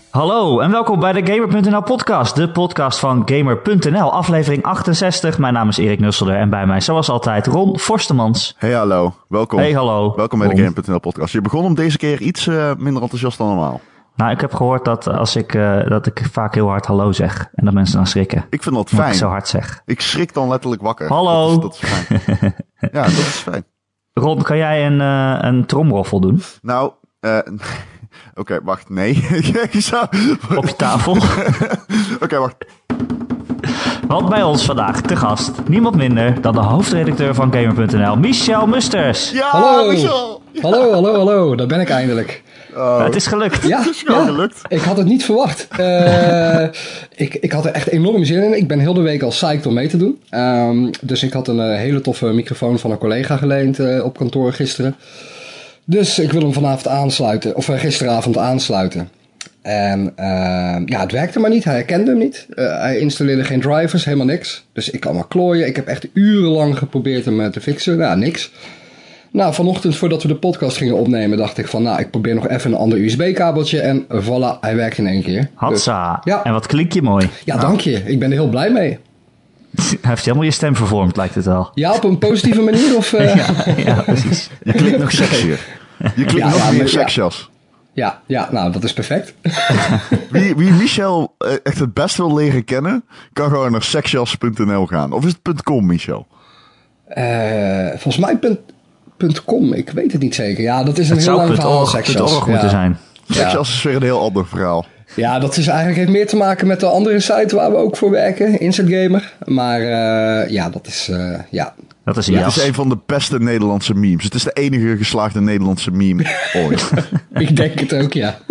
Hallo en welkom bij de Gamer.nl podcast, de podcast van Gamer.nl, aflevering 68. Mijn naam is Erik Nusselder en bij mij zoals altijd Ron Forstemans. Hey hallo, welkom. Hey hallo. Welkom bij de Gamer.nl podcast. Je begon om deze keer iets minder enthousiast dan normaal. Nou, ik heb gehoord dat dat ik vaak heel hard hallo zeg en dat mensen dan schrikken. Ik vind dat fijn. Dat ik zo hard zeg. Ik schrik dan letterlijk wakker. Hallo. Dat is fijn. Ja, dat is fijn. Ron, kan jij een tromroffel doen? Nou, Oké, wacht, nee. Op je tafel. Oké, wacht. Want bij ons vandaag te gast niemand minder dan de hoofdredacteur van Gamer.nl, Michel Musters. Ja, Hallo. Michel. Ja. Hallo, daar ben ik eindelijk. Het is gelukt. Ja, Het is gewoon gelukt. Ik had het niet verwacht. Ik had er echt enorm zin in. Ik ben heel de week al psyched om mee te doen. Dus ik had een hele toffe microfoon van een collega geleend op kantoor gisteren. Dus ik wil hem vanavond aansluiten, of gisteravond aansluiten. En het werkte maar niet. Hij herkende hem niet. Hij installeerde geen drivers, helemaal niks. Dus ik kan maar klooien. Ik heb echt urenlang geprobeerd hem te fixen. Nou, niks. Nou, vanochtend voordat we de podcast gingen opnemen, dacht ik van, ik probeer nog even een ander USB-kabeltje. En voilà, hij werkt in één keer. Hatsa. Dus, ja. En wat klink je mooi. Ja, dank je. Ik ben er heel blij mee. Hij heeft helemaal je stem vervormd, lijkt het wel. Ja, op een positieve manier? Of, Ja, precies. Je klinkt nog sexier. Je klinkt nog meer seksjas. Ja, nou, dat is perfect. Wie Michel echt het best wil leren kennen, kan gewoon naar seksjas.nl gaan. Of is het .com, Michel? Volgens mij .com, ik weet het niet zeker. Ja, dat is een heel lang verhaal, seksjas. Het moeten zijn. Seksjas is weer een heel ander verhaal. Ja, dat is eigenlijk heeft meer te maken met de andere site waar we ook voor werken, Insert Gamer. Maar dat is, Dat is een Het jas. is een van de beste Nederlandse memes. Het is de enige geslaagde Nederlandse meme ooit. Ik denk het ook, ja.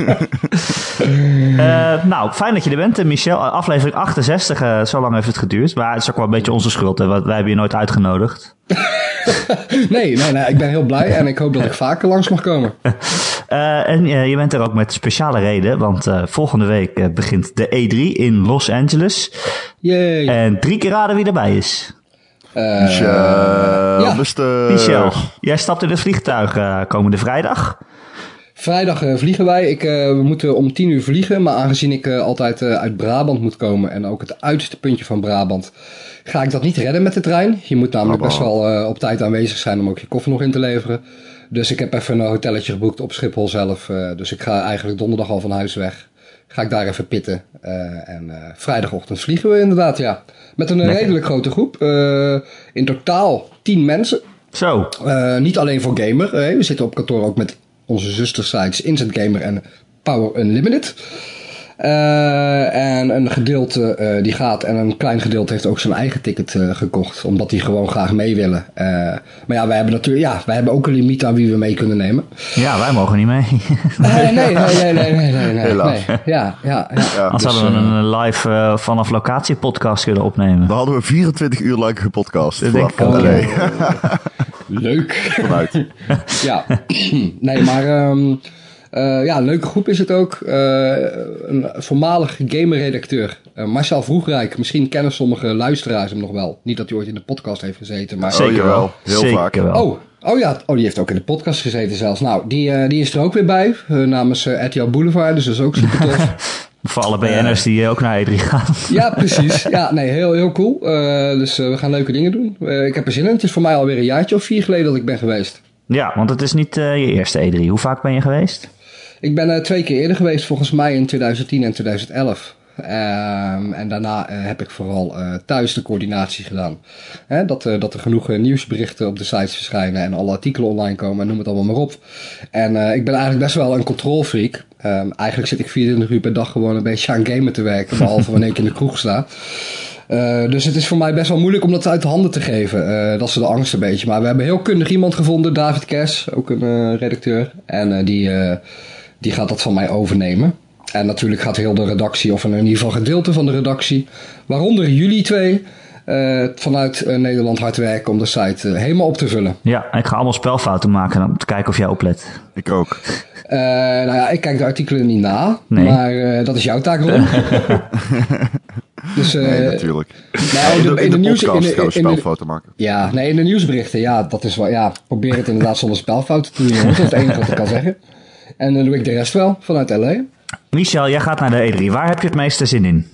Nou, fijn dat je er bent, Michel. Aflevering 68, zo lang heeft het geduurd. Maar het is ook wel een beetje onze schuld, hè, want wij hebben je nooit uitgenodigd. Nee, ik ben heel blij en ik hoop dat ik vaker langs mag komen. En je bent er ook met speciale reden, want volgende week begint de E3 in Los Angeles. Yay. En 3 keer raden wie erbij is. Michel, jij stapt in het vliegtuig komende vrijdag. Vrijdag vliegen wij. We moeten om 10 uur vliegen. Maar aangezien ik altijd uit Brabant moet komen en ook het uiterste puntje van Brabant, ga ik dat niet redden met de trein. Je moet namelijk best wel op tijd aanwezig zijn om ook je koffer nog in te leveren. Dus ik heb even een hotelletje geboekt op Schiphol zelf. Dus ik ga eigenlijk donderdag al van huis weg. Ga ik daar even pitten. En vrijdagochtend vliegen we inderdaad, ja. Met een redelijk grote groep. In totaal 10 mensen. Zo. Niet alleen voor Gamer. We zitten op kantoor ook met onze zustersites Instant Gamer en Power Unlimited. En een gedeelte die gaat en een klein gedeelte heeft ook zijn eigen ticket gekocht. Omdat die gewoon graag mee willen. Maar ja, wij hebben natuurlijk, wij hebben ook een limiet aan wie we mee kunnen nemen. Ja, wij mogen niet mee. Nee. Helaas. Nee. Ja, Anders dus, hadden we een live vanaf locatie podcast kunnen opnemen. Dan hadden we 24 uur lang gepodcast. Dat denk ik ook. Leuk. Vanuit. Ja. Nee, maar een leuke groep is het ook. Een voormalig gamerredacteur, Marcel Vroegrijk. Misschien kennen sommige luisteraars hem nog wel. Niet dat hij ooit in de podcast heeft gezeten, maar... Zeker wel. Heel Zeker vaak. wel. Die heeft ook in de podcast gezeten zelfs. Nou, die is er ook weer bij, namens RTL Boulevard, dus dat is ook super tof. Voor alle BN'ers die ook naar E3 gaan. Ja, precies. Ja, nee, heel, heel cool. Dus we gaan leuke dingen doen. Ik heb er zin in. Het is voor mij alweer een jaartje of 4 geleden dat ik ben geweest. Ja, want het is niet je eerste E3. Hoe vaak ben je geweest? Ik ben 2 keer eerder geweest, volgens mij in 2010 en 2011. En daarna heb ik vooral thuis de coördinatie gedaan. Dat er genoeg nieuwsberichten op de sites verschijnen en alle artikelen online komen en noem het allemaal maar op. En ik ben eigenlijk best wel een controlfreak. Eigenlijk zit ik 24 uur per dag gewoon een beetje aan gamen te werken, behalve wanneer ik in de kroeg sta. Dus het is voor mij best wel moeilijk om dat uit de handen te geven. Dat is de angst een beetje. Maar we hebben heel kundig iemand gevonden, David Kers, ook een redacteur. En die gaat dat van mij overnemen. En natuurlijk gaat heel de redactie, of in ieder geval gedeelte van de redactie, waaronder jullie 2, vanuit Nederland hard werken om de site helemaal op te vullen. Ja, ik ga allemaal spelfouten maken om te kijken of jij oplet. Ik ook. Ik kijk de artikelen niet na, Nee. Maar dat is jouw taak, Ron. Dus, Nee, natuurlijk. In de nieuws, podcast gaan we spelfouten maken. Ja, nee, in de nieuwsberichten, dat is wel, probeer het inderdaad zonder spelfouten te doen, jongens. Dat is het enige wat ik kan zeggen. En dan doe ik de rest wel, vanuit LA. Michel, jij gaat naar de E3. Waar heb je het meeste zin in?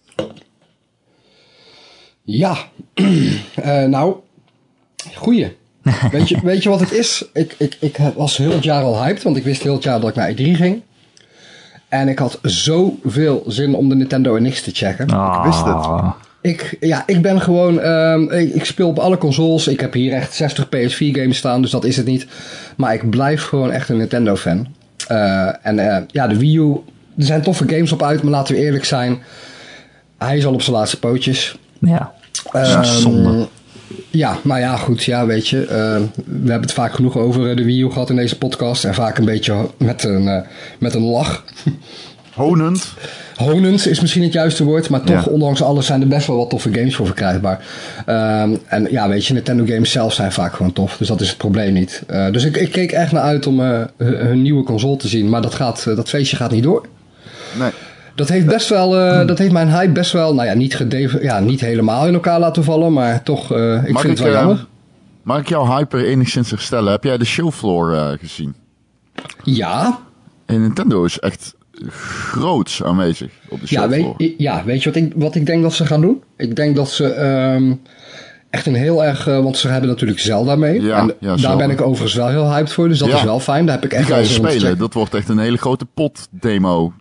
Ja, nou, goeie. Weet je wat het is? Ik was heel het jaar al hyped, want ik wist heel het jaar dat ik naar E3 ging. En ik had zoveel zin om de Nintendo NX te checken. Ik wist het. Ik ben gewoon... ik speel op alle consoles. Ik heb hier echt 60 PS4 games staan, dus dat is het niet. Maar ik blijf gewoon echt een Nintendo-fan. De Wii U... Er zijn toffe games op uit, maar laten we eerlijk zijn. Hij is al op zijn laatste pootjes. Ja, zonde. Ja, maar ja, goed. Ja, weet je. We hebben het vaak genoeg over de Wii U gehad in deze podcast. En vaak een beetje met een lach. Honend. Honend is misschien het juiste woord. Maar toch, ondanks alles, zijn er best wel wat toffe games voor verkrijgbaar. En ja, weet je, Nintendo games zelf zijn vaak gewoon tof. Dus dat is het probleem niet. Dus ik keek echt naar uit om hun nieuwe console te zien. Maar dat feestje gaat niet door. Nee. Dat heeft best wel, dat heeft mijn hype best wel, nou ja, niet helemaal in elkaar laten vallen, maar toch, ik vind het wel jammer. Mag ik jouw hype enigszins herstellen? Heb jij de showfloor gezien? Ja. En Nintendo is echt groots aanwezig op de showfloor. Weet je wat ik denk dat ze gaan doen? Ik denk dat ze echt een heel erg, want ze hebben natuurlijk Zelda mee. Ja, en ja, daar ben ik overigens wel heel hyped voor, dus dat is wel fijn. Daar heb ik echt die ga je wel zin om te spelen. checken. Dat wordt echt een hele grote pot demo.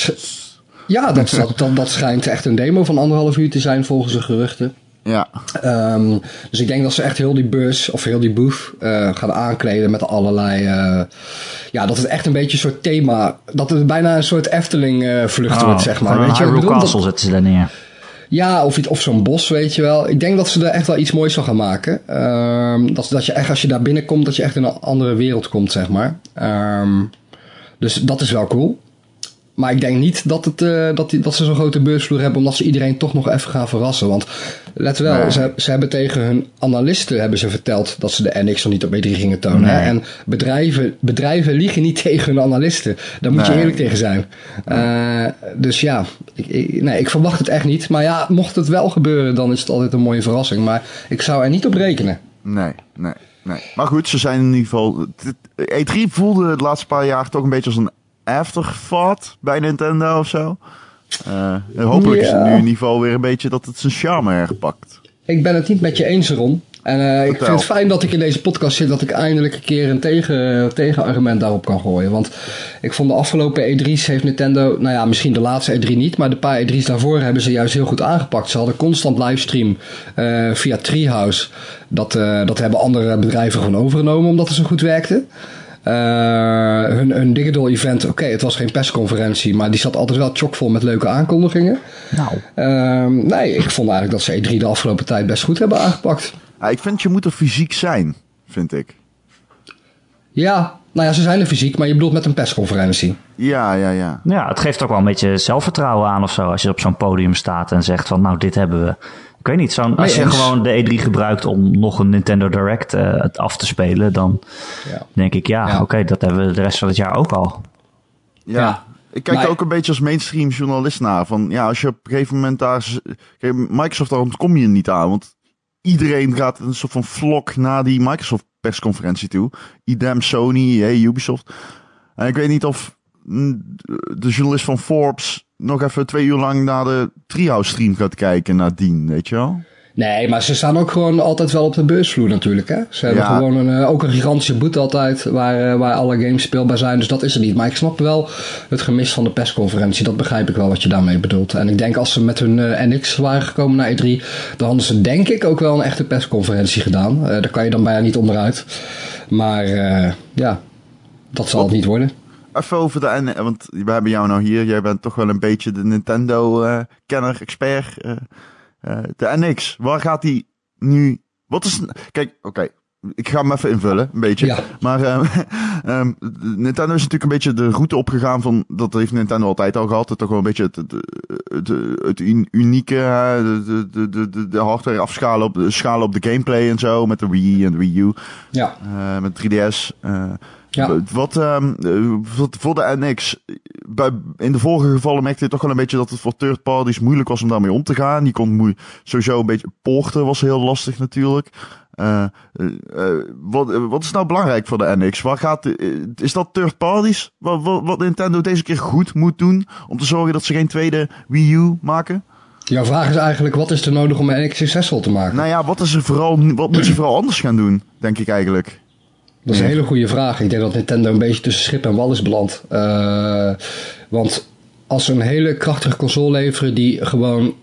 Dat schijnt echt een demo van 1,5 uur te zijn volgens de geruchten. Ja. Dus ik denk dat ze echt heel die bus of heel die booth gaan aankleden met allerlei... dat het echt een beetje een soort thema... Dat het bijna een soort Efteling vlucht wordt, zeg maar. Weet je, Hyrule Castle zetten ze daar neer. Ja, of zo'n bos, weet je wel. Ik denk dat ze er echt wel iets moois van gaan maken. Dat je echt, als je daar binnenkomt, dat je echt in een andere wereld komt, zeg maar. Dus dat is wel cool. Maar ik denk niet dat ze zo'n grote beursvloer hebben, omdat ze iedereen toch nog even gaan verrassen. Want let wel, nee. ze hebben tegen hun analisten verteld dat ze de NX nog niet op E3 gingen tonen. Nee. En bedrijven liegen niet tegen hun analisten. Daar moet je eerlijk tegen zijn. Dus ja, ik verwacht het echt niet. Maar ja, mocht het wel gebeuren, dan is het altijd een mooie verrassing. Maar ik zou er niet op rekenen. Nee. Maar goed, ze zijn in ieder geval... E3 voelde de laatste paar jaar toch een beetje als een afterthought bij Nintendo of zo. Hopelijk is het nu in ieder geval weer een beetje dat het zijn charme herpakt. Ik ben het niet met je eens, Ron. En ik vind het fijn dat ik in deze podcast zit, dat ik eindelijk een keer een tegenargument daarop kan gooien. Want ik vond de afgelopen E3's heeft Nintendo, nou ja, misschien de laatste E3 niet, maar de paar E3's daarvoor hebben ze juist heel goed aangepakt. Ze hadden constant livestream via Treehouse. Dat hebben andere bedrijven gewoon overgenomen, omdat het zo goed werkte. Hun digital event, oké, het was geen persconferentie, maar die zat altijd wel chockvol met leuke aankondigingen. Nee, ik vond eigenlijk dat ze E3 de afgelopen tijd best goed hebben aangepakt. Ja, ik vind je moet er fysiek zijn, vind ik. Ja, nou ja, ze zijn er fysiek, maar je bedoelt met een persconferentie. Ja. Ja, het geeft ook wel een beetje zelfvertrouwen aan of zo, als je op zo'n podium staat en zegt van, nou, dit hebben we. Ik weet niet, als je gewoon de E3 gebruikt om nog een Nintendo Direct af te spelen, dan denk ik, oké, dat hebben we de rest van het jaar ook al. Ja. Ik kijk er ook een beetje als mainstream journalist naar. Van ja, als je op een gegeven moment daar... Microsoft, daar kom je niet aan. Want iedereen gaat een soort van vlog naar die Microsoft persconferentie toe. Idem Sony, Ubisoft. En ik weet niet of de journalist van Forbes nog even 2 uur lang naar de Treehouse stream gaat kijken nadien, weet je wel? Nee, maar ze staan ook gewoon altijd wel op de beursvloer natuurlijk, hè. Ze hebben gewoon ook een gigantische boot altijd, waar alle games speelbaar zijn, dus dat is er niet. Maar ik snap wel het gemis van de persconferentie, dat begrijp ik wel wat je daarmee bedoelt. En ik denk als ze met hun NX waren gekomen naar E3, dan hadden ze denk ik ook wel een echte persconferentie gedaan. Daar kan je dan bijna niet onderuit. Maar dat zal het niet worden. Even over de want we hebben jou nou hier. Jij bent toch wel een beetje de Nintendo-kenner, expert. De NX, waar gaat die nu... Wat is... Kijk, oké. Ik ga hem even invullen, een beetje. Ja. Maar Nintendo is natuurlijk een beetje de route opgegaan van... Dat heeft Nintendo altijd al gehad. Toch wel een beetje het unieke... De hardware afschalen schalen op de gameplay en zo. Met de Wii en de Wii U. Ja. Met 3DS. Wat voor de NX... In de vorige gevallen merkte je toch wel een beetje dat het voor third parties moeilijk was om daarmee om te gaan. Je kon sowieso een beetje... Porten was heel lastig natuurlijk. Wat is nou belangrijk voor de NX? Is dat third parties? Wat Nintendo deze keer goed moet doen om te zorgen dat ze geen tweede Wii U maken? Jouw vraag is eigenlijk, wat is er nodig om een NX succesvol te maken? Nou ja, wat moet ze vooral anders gaan doen, denk ik eigenlijk. Dat is een hele goede vraag. Ik denk dat Nintendo een beetje tussen schip en wal is beland. Want als ze een hele krachtige console leveren die gewoon,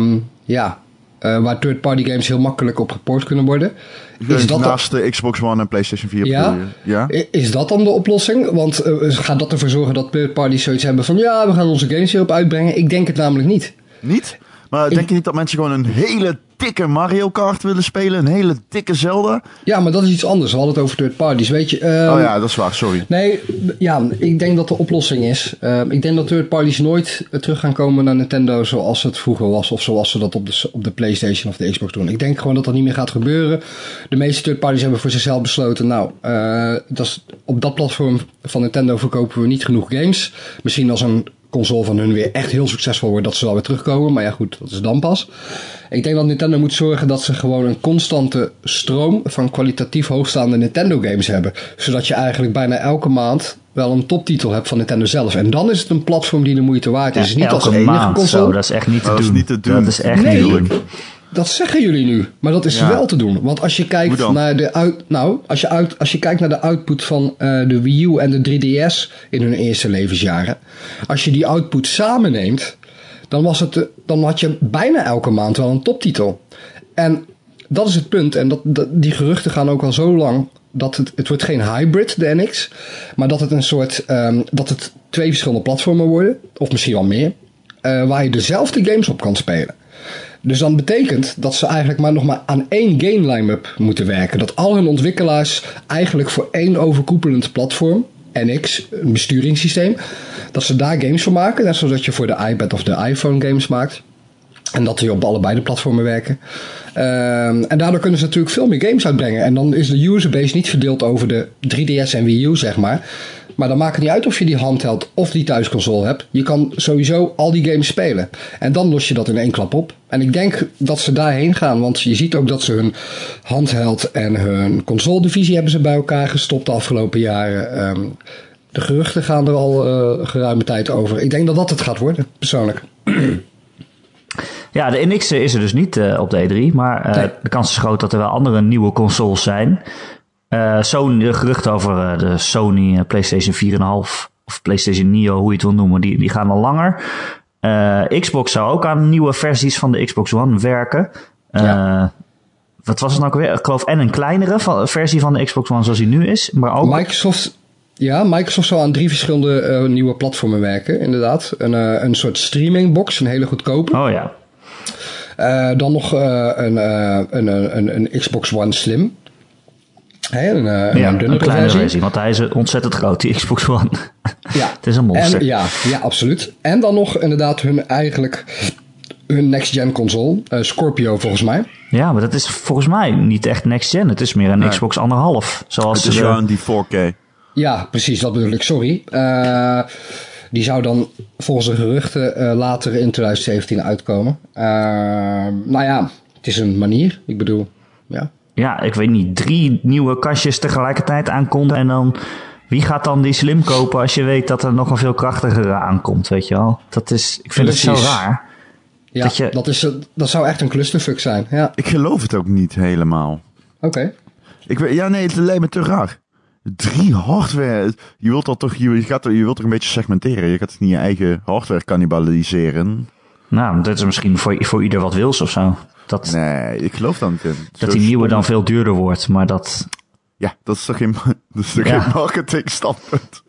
waar third-party games heel makkelijk op geport kunnen worden. Is dat naast de Xbox One en PlayStation 4. Ja? Is dat dan de oplossing? Want gaat dat ervoor zorgen dat third-parties zoiets hebben van, ja, we gaan onze games hierop uitbrengen? Ik denk het namelijk niet. Niet? Maar denk je niet dat mensen gewoon een hele dikke Mario Kart willen spelen? Een hele dikke Zelda? Ja, maar dat is iets anders. We hadden het over third parties, weet je. Oh ja, dat is waar, sorry. Nee, ja, ik denk dat de oplossing is. Ik denk dat third parties nooit terug gaan komen naar Nintendo zoals het vroeger was. Of zoals ze dat op de PlayStation of de Xbox doen. Ik denk gewoon dat dat niet meer gaat gebeuren. De meeste third parties hebben voor zichzelf besloten. Op dat platform van Nintendo verkopen we niet genoeg games. Misschien als een console van hun weer echt heel succesvol wordt, dat ze wel weer terugkomen. Maar ja, goed, dat is dan pas. Ik denk dat Nintendo moet zorgen dat ze gewoon een constante stroom van kwalitatief hoogstaande Nintendo games hebben. Zodat je eigenlijk bijna elke maand wel een toptitel hebt van Nintendo zelf. En dan is het een platform die de moeite waard is. Ja, niet als enige maand, console. Zo, dat is echt niet te doen. Dat is echt niet te doen. Dat zeggen jullie nu, maar dat is wel te doen. Want als je kijkt naar als je kijkt naar de output van de Wii U en de 3DS in hun eerste levensjaren. Als je die output samen neemt, dan had je bijna elke maand wel een toptitel. En dat is het punt. En die geruchten gaan ook al zo lang dat het wordt geen hybrid, de NX. Maar dat het een soort, dat het 2 verschillende platformen worden. Of misschien wel meer. Waar je dezelfde games op kan spelen. Dus dan betekent dat ze eigenlijk nog maar aan 1 game line-up moeten werken. Dat al hun ontwikkelaars eigenlijk voor 1 overkoepelend platform, NX, een besturingssysteem, dat ze daar games voor maken. Net zoals dat je voor de iPad of de iPhone games maakt. En dat die op allebei de platformen werken. En daardoor kunnen ze natuurlijk veel meer games uitbrengen. En dan is de userbase niet verdeeld over de 3DS en Wii U, zeg maar. Maar dan maakt het niet uit of je die handheld of die thuisconsole hebt. Je kan sowieso al die games spelen. En dan los je dat in 1 klap op. En ik denk dat ze daarheen gaan. Want je ziet ook dat ze hun handheld en hun console divisie hebben ze bij elkaar gestopt de afgelopen jaren. De geruchten gaan er al geruime tijd over. Ik denk dat dat het gaat worden, persoonlijk. Ja, de NX is er dus niet op de E3. Maar de kans is groot dat er wel andere nieuwe consoles zijn. De geruchten over de Sony PlayStation 4,5 of PlayStation Neo, hoe je het wil noemen, die gaan al langer. Xbox zou ook aan nieuwe versies van de Xbox One werken. Wat was het nou weer? Ik geloof en een kleinere versie van de Xbox One zoals die nu is. Maar ook Microsoft zou aan 3 verschillende nieuwe platformen werken, inderdaad. Een soort streamingbox, een hele goedkope. Oh ja. Dan nog een Xbox One Slim. Een kleine versie, want hij is ontzettend groot, die Xbox One. Ja. Het is een monster. Ja, absoluut. En dan nog inderdaad hun next-gen console, Scorpio volgens mij. Ja, maar dat is volgens mij niet echt next-gen. Het is meer een Xbox 1,5. Het is gewoon die 4K. Ja, precies, dat bedoel ik, sorry. Die zou dan volgens de geruchten later in 2017 uitkomen. Het is een manier, ik bedoel, ja. Ja, ik weet niet, 3 nieuwe kastjes tegelijkertijd aankondigen en dan wie gaat dan die Slim kopen als je weet dat er nog een veel krachtigere aankomt, weet je wel? Ik vind het zo raar. Ja, dat zou echt een clusterfuck zijn, ja. Ik geloof het ook niet helemaal. Oké. Het lijkt me te raar. 3 hardware, je wilt dat toch, je wilt toch een beetje segmenteren. Je gaat niet je eigen hardware cannibaliseren. Nou, dat is misschien voor ieder wat wils of zo. Nee, ik geloof dan niet in. Dat die nieuwe dan veel duurder wordt, maar dat... Ja, dat is toch geen marketing standpunt.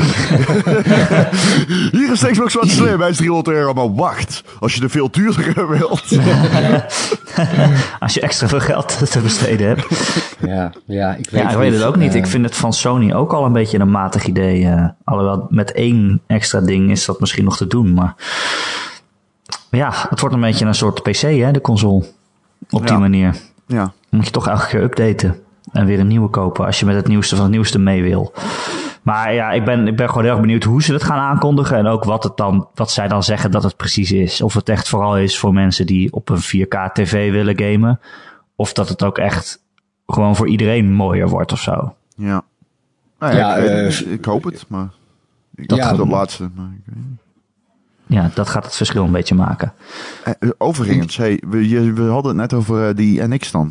Hier is de Xbox One Slim, hij is €300, maar wacht, als je de veel duurdere wilt. Als je extra veel geld te besteden hebt. Ik weet het ook niet. Ik vind het van Sony ook al een beetje een matig idee. Alhoewel met 1 extra ding is dat misschien nog te doen, maar... Ja, het wordt een beetje een soort PC, hè, de console. Op die manier. Ja. Dan moet je toch elke keer updaten. En weer een nieuwe kopen als je met het nieuwste van het nieuwste mee wil. Maar ja, ik ben gewoon heel erg benieuwd hoe ze het gaan aankondigen. En ook wat zij dan zeggen dat het precies is. Of het echt vooral is voor mensen die op een 4K tv willen gamen. Of dat het ook echt gewoon voor iedereen mooier wordt of zo. Ja. Nou ja, ik hoop het, maar ik dacht dat laatste. Maar ik weet niet. Ja, dat gaat het verschil een beetje maken. Overigens, we hadden het net over die NX dan.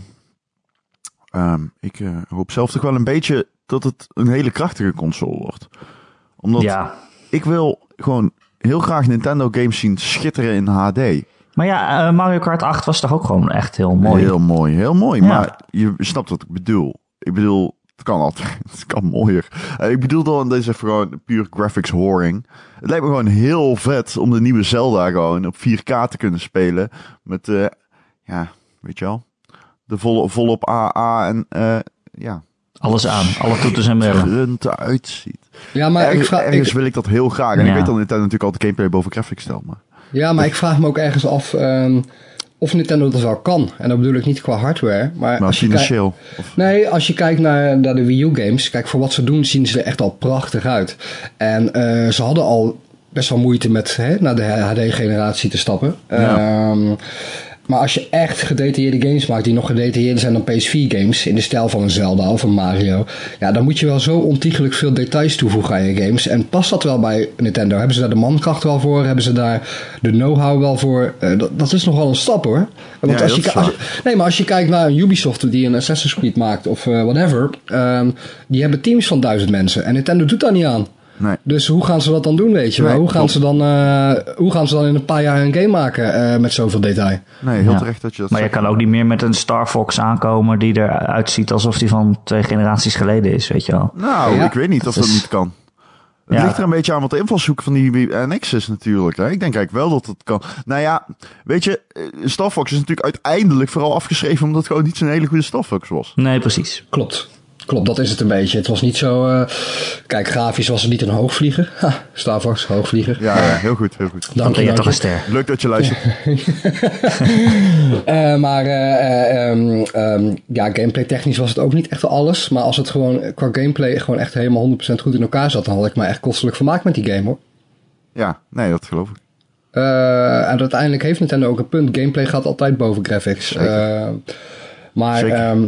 Ik hoop zelf toch wel een beetje dat het een hele krachtige console wordt. Omdat ik wil gewoon heel graag Nintendo games zien schitteren in HD. Maar ja, Mario Kart 8 was toch ook gewoon echt heel mooi? Heel mooi. Ja. Maar je snapt wat ik bedoel. Ik bedoel, het kan altijd. Het kan mooier. Ik bedoel dan, deze even gewoon puur graphics whoring. Het lijkt me gewoon heel vet om de nieuwe Zelda gewoon op 4K te kunnen spelen. Met, weet je wel. De volop AA en alles aan, alle toeters en bellen. Het eruit ziet. Ja, maar ergens wil ik dat heel graag. En ik weet dat Nintendo natuurlijk altijd gameplay boven graphics stelt. Maar. Ja, maar ik vraag me ook ergens af of Nintendo dat wel kan. En dat bedoel ik niet qua hardware. Maar als financieel. Nee, als je kijkt naar de Wii U games. Kijk, voor wat ze doen zien ze er echt al prachtig uit. En ze hadden al best wel moeite met naar de HD-generatie te stappen. Ja. Maar als je echt gedetailleerde games maakt die nog gedetailleerder zijn dan PS4-games, in de stijl van een Zelda of een Mario, ja, dan moet je wel zo ontiegelijk veel details toevoegen aan je games. En past dat wel bij Nintendo? Hebben ze daar de mankracht wel voor? Hebben ze daar de know-how wel voor? Dat is nogal een stap, hoor. Want als je kijkt naar een Ubisoft die een Assassin's Creed maakt of whatever, die hebben teams van 1000 mensen. En Nintendo doet daar niet aan. Nee. Dus hoe gaan ze dat dan doen, weet je wel? Hoe gaan ze dan in een paar jaar een game maken met zoveel detail? Nee, heel terecht dat je dat maar zegt. Je kan ook niet meer met een Star Fox aankomen die eruit ziet alsof die van 2 generaties geleden is, weet je wel. Nou, ik weet niet of dat niet kan. Het ligt er een beetje aan wat de invalshoek van die NX is natuurlijk. Hè? Ik denk eigenlijk wel dat het kan. Nou ja, weet je, Star Fox is natuurlijk uiteindelijk vooral afgeschreven omdat het gewoon niet zo'n hele goede Star Fox was. Nee, precies. Klopt, dat is het een beetje. Het was niet zo... Kijk, grafisch was het niet een hoogvlieger. Star Fox, hoogvlieger. Ja, heel goed. Dank je toch een ster. Leuk dat je luistert. Gameplay technisch was het ook niet echt alles. Maar als het gewoon qua gameplay gewoon echt helemaal 100% goed in elkaar zat, dan had ik me echt kostelijk vermaakt met die game, hoor. Ja, nee, dat geloof ik. En uiteindelijk heeft Nintendo ook een punt. Gameplay gaat altijd boven graphics. Maar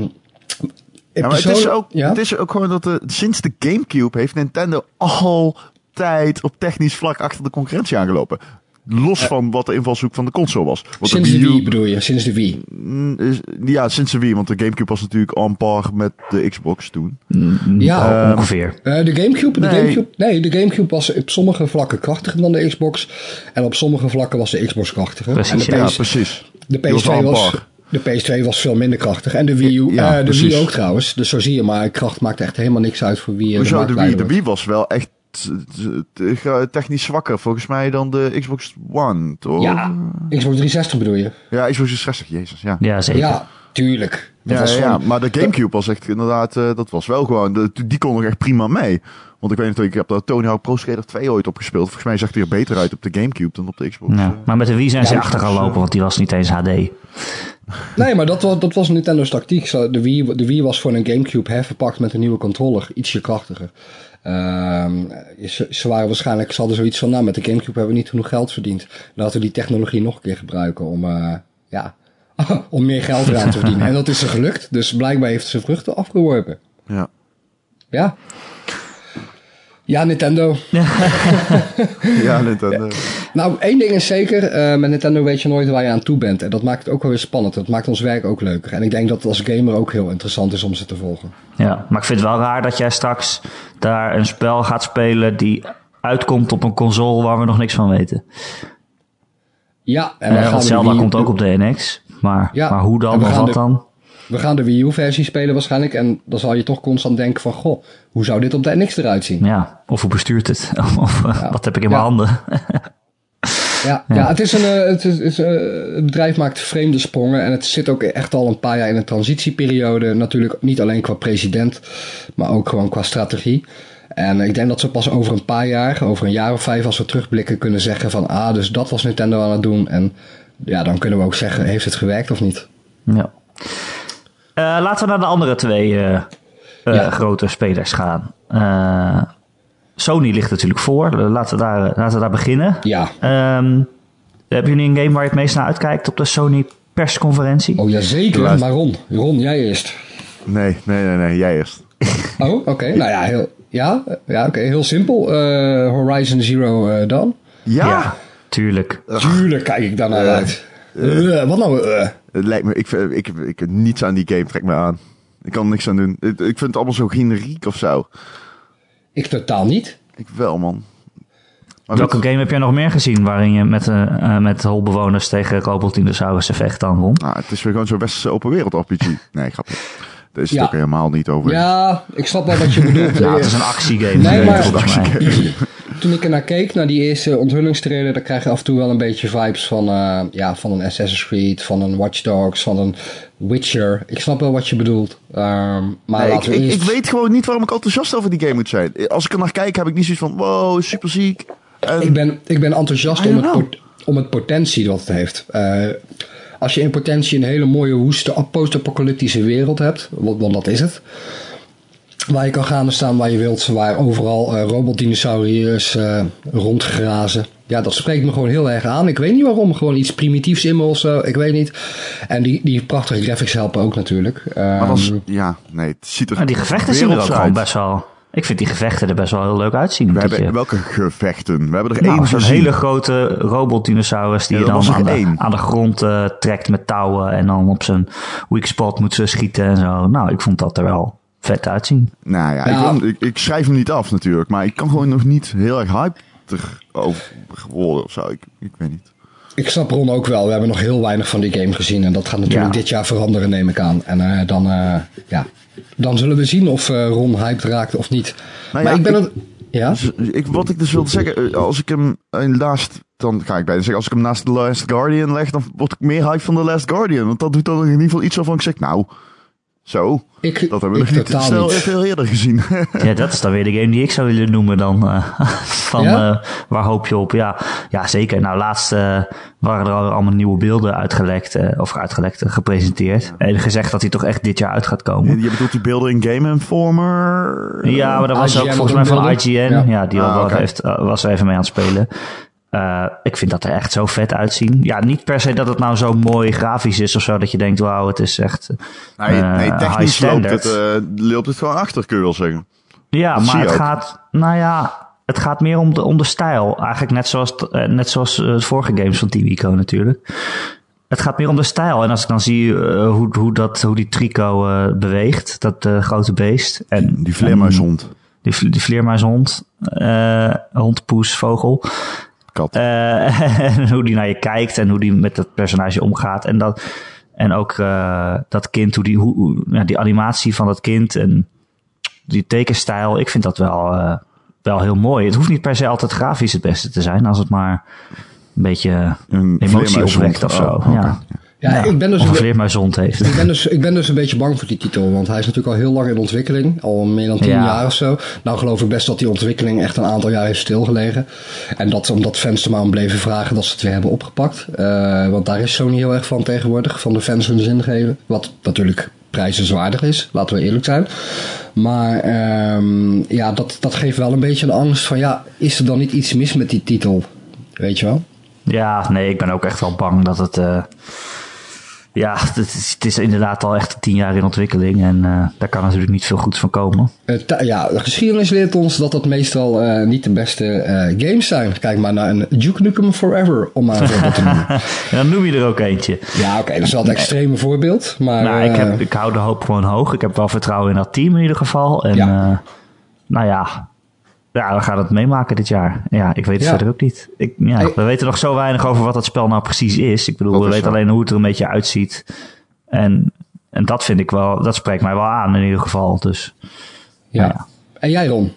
het is ook gewoon dat sinds de GameCube heeft Nintendo altijd op technisch vlak achter de concurrentie aangelopen. Los van wat de invalshoek van de console was. Sinds de Wii bedoel je? Sinds de Wii? Ja, sinds de Wii. Want de GameCube was natuurlijk on par met de Xbox toen. Ja, ongeveer. De GameCube was op sommige vlakken krachtiger dan de Xbox. En op sommige vlakken was de Xbox krachtiger. Precies, precies. De PS2 de PS2 was veel minder krachtig. En de Wii U, de Wii ook trouwens. Dus zo zie je maar, kracht maakt echt helemaal niks uit voor wie de Wii was wel echt technisch zwakker volgens mij dan de Xbox One, toch? Ja, Xbox 360 bedoel je? Ja, Xbox 360, jezus, ja. Ja, zeker. Ja, tuurlijk. Maar de GameCube was echt inderdaad, dat was wel gewoon, die kon nog echt prima mee. Want ik weet natuurlijk, ik heb daar Tony Hawk Pro Skater 2 ooit op gespeeld. Volgens mij zag hij er beter uit op de GameCube dan op de Xbox. Ja, maar met de Wii zijn ze achter gaan lopen, want die was niet eens HD. Nee, maar dat was Nintendo's tactiek. De Wii was voor een GameCube herverpakt met een nieuwe controller. Ietsje krachtiger. Ze hadden zoiets van, met de GameCube hebben we niet genoeg geld verdiend. Laten we die technologie nog een keer gebruiken om meer geld eraan te verdienen. En dat is ze gelukt. Dus blijkbaar heeft ze vruchten afgeworpen. Ja. Ja. Ja, Nintendo. Ja, Nintendo. Nou, één ding is zeker. Met Nintendo weet je nooit waar je aan toe bent. En dat maakt het ook wel weer spannend. Dat maakt ons werk ook leuker. En ik denk dat het als gamer ook heel interessant is om ze te volgen. Ja, maar ik vind het wel raar dat jij straks daar een spel gaat spelen die uitkomt op een console waar we nog niks van weten. Ja. En Zelda komt ook op de NX. Maar hoe dan? Of wat dan? We gaan de Wii U-versie spelen waarschijnlijk. En dan zal je toch constant denken van, goh, hoe zou dit op de NX eruit zien? Ja, of hoe bestuurt het? Of wat heb ik in mijn handen? Het bedrijf maakt vreemde sprongen. En het zit ook echt al een paar jaar in een transitieperiode. Natuurlijk niet alleen qua president, maar ook gewoon qua strategie. En ik denk dat ze pas over een jaar of 5, als we terugblikken, kunnen zeggen van, dus dat was Nintendo aan het doen. En ja, dan kunnen we ook zeggen, heeft het gewerkt of niet? Ja. Laten we naar de andere 2 grote spelers gaan. Sony ligt natuurlijk voor. Laten we daar beginnen. Ja. Heb je nu een game waar je het meest naar uitkijkt op de Sony persconferentie? Oh ja, zeker. Maar Ron, jij eerst. Nee, jij eerst. Oh, oké. Nou ja, oké. Heel simpel. Horizon Zero Dawn. Ja, tuurlijk. Tuurlijk kijk ik daar naar uit. Wat nou? Het lijkt me, ik niets aan die game trekt me aan. Ik kan er niks aan doen. Ik vind het allemaal zo generiek of zo. Ik totaal niet. Ik wel, man. Maar welke game heb jij nog meer gezien waarin je met holbewoners tegen robotdinosaurussen vecht dan won? Nou, het is weer gewoon zo'n westerse open wereld RPG. Nee, grapje. Daar is het ook helemaal niet over. Ja, ik snap wel wat je bedoelt. Het is een actiegame. Nee, maar toen ik ernaar keek, naar die eerste onthullingstrailer, dan krijg je af en toe wel een beetje vibes van een Assassin's Creed, van een Watch Dogs, van een Witcher. Ik snap wel wat je bedoelt. Maar ik weet gewoon niet waarom ik enthousiast over die game moet zijn. Als ik er naar kijk, heb ik niet zoiets van, wow, super ziek. Ik ben enthousiast om het potentie wat het heeft. Als je in potentie een hele mooie, woeste, post-apocalyptische wereld hebt, want dat is het. Waar je kan gaan en staan waar je wilt, waar overal robotdinosauriërs rondgrazen. Ja, dat spreekt me gewoon heel erg aan. Ik weet niet waarom, gewoon iets primitiefs in me of zo, ik weet niet. En die prachtige graphics helpen ook natuurlijk. Maar het ziet er... Maar die gevechten zien er ook gewoon best wel... Ik vind die gevechten er best wel heel leuk uitzien. Welke gevechten? We hebben er één zo'n hele grote robotdinosaurus die je dan aan de grond trekt met touwen en dan op zijn weak spot moet ze schieten en zo. Nou, ik vond dat er wel vet uitzien. Nou ja, ik schrijf hem niet af natuurlijk, maar ik kan gewoon nog niet heel erg hyped over worden of zo. Ik weet niet. Ik snap Ron ook wel. We hebben nog heel weinig van die game gezien en dat gaat natuurlijk dit jaar veranderen, neem ik aan. En dan zullen we zien of Ron hyped raakt of niet. Nou maar ik ben het... Ja? Wat ik dus wilde zeggen, als ik hem naast... Dan ga ik bijna zeggen, als ik hem naast The Last Guardian leg, dan word ik meer hyped van The Last Guardian. Want dat doet dan in ieder geval iets waarvan ik zeg, nou... Zo, dat hebben we nog niet snel veel eerder gezien. Ja, dat is dan weer de game die ik zou willen noemen dan. Waar hoop je op? Ja, zeker. Nou, laatst waren er allemaal nieuwe beelden gepresenteerd. En gezegd dat hij toch echt dit jaar uit gaat komen. Je bedoelt die beelden in Game Informer? Ja, maar dat was ook volgens mij van IGN. Ja, die was er even mee aan het spelen. Ik vind dat er echt zo vet uitzien. Ja, niet per se dat het nou zo mooi grafisch is of zo, dat je denkt, wauw, het is echt nee, technisch loopt het gewoon achter, kun je wel zeggen. Ja, maar het gaat meer om de stijl. Eigenlijk net zoals het vorige games van Team Ico natuurlijk. Het gaat meer om de stijl. En als ik dan zie hoe die Trico beweegt, dat grote beest. En die vleermuishond. Die vleermuishond, hond, poes, vogel. En hoe die naar je kijkt en hoe die met het personage omgaat. En ook dat kind, die animatie van dat kind en die tekenstijl. Ik vind dat wel heel mooi. Het hoeft niet per se altijd grafisch het beste te zijn, als het maar een beetje emotie opwekt of zo. Okay. Ja, ik ben dus een vleermuishond heeft. Ik ben dus een beetje bang voor die titel, want hij is natuurlijk al heel lang in ontwikkeling, al meer dan 10 jaar of zo. Nou geloof ik best dat die ontwikkeling echt een aantal jaar heeft stilgelegen. En dat omdat fans er maar om bleven vragen dat ze het weer hebben opgepakt. Want daar is Sony heel erg van tegenwoordig, van de fans hun zin geven. Wat natuurlijk prijzenswaardig is, laten we eerlijk zijn. Maar dat geeft wel een beetje een angst van, is er dan niet iets mis met die titel? Weet je wel? Ja, nee, ik ben ook echt wel bang dat het... het is inderdaad al echt 10 jaar in ontwikkeling en daar kan natuurlijk niet veel goeds van komen. De geschiedenis leert ons dat dat meestal niet de beste games zijn. Kijk maar naar een Duke Nukem Forever, om maar een voorbeeld te noemen. En dan noem je er ook eentje. Ja, oké, dat is wel het extreme voorbeeld. Maar, ik hou de hoop gewoon hoog. Ik heb wel vertrouwen in dat team in ieder geval. En we gaan het meemaken dit jaar. Ja, ik weet het verder ook niet. We weten nog zo weinig over wat dat spel nou precies is. Ik bedoel, we weten alleen hoe het er een beetje uitziet. En dat vind ik wel, dat spreekt mij wel aan in ieder geval. Dus, ja. En jij, Ron?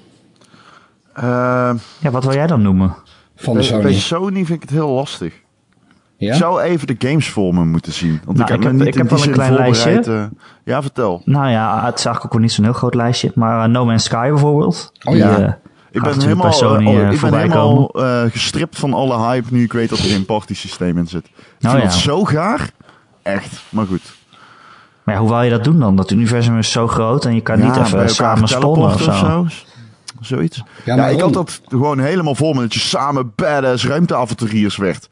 Wat wil jij dan noemen? Van de Sony. Bij Sony vind ik het heel lastig. Ja? Ik zou even de games voor me moeten zien. Want ik heb wel een klein lijstje. Ja, vertel. Nou ja, het is eigenlijk ook wel niet zo'n heel groot lijstje. Maar No Man's Sky bijvoorbeeld. Ik ben helemaal gestript van alle hype nu ik weet dat er geen partysysteem in zit. Ik vind het zo gaar. Echt, maar goed. Maar hoe wil je dat doen dan? Dat universum is zo groot en je kan niet even samen sponnen of zo. Zoiets. Ik had dat gewoon helemaal voor me dat je samen badass ruimteavonturiers werd.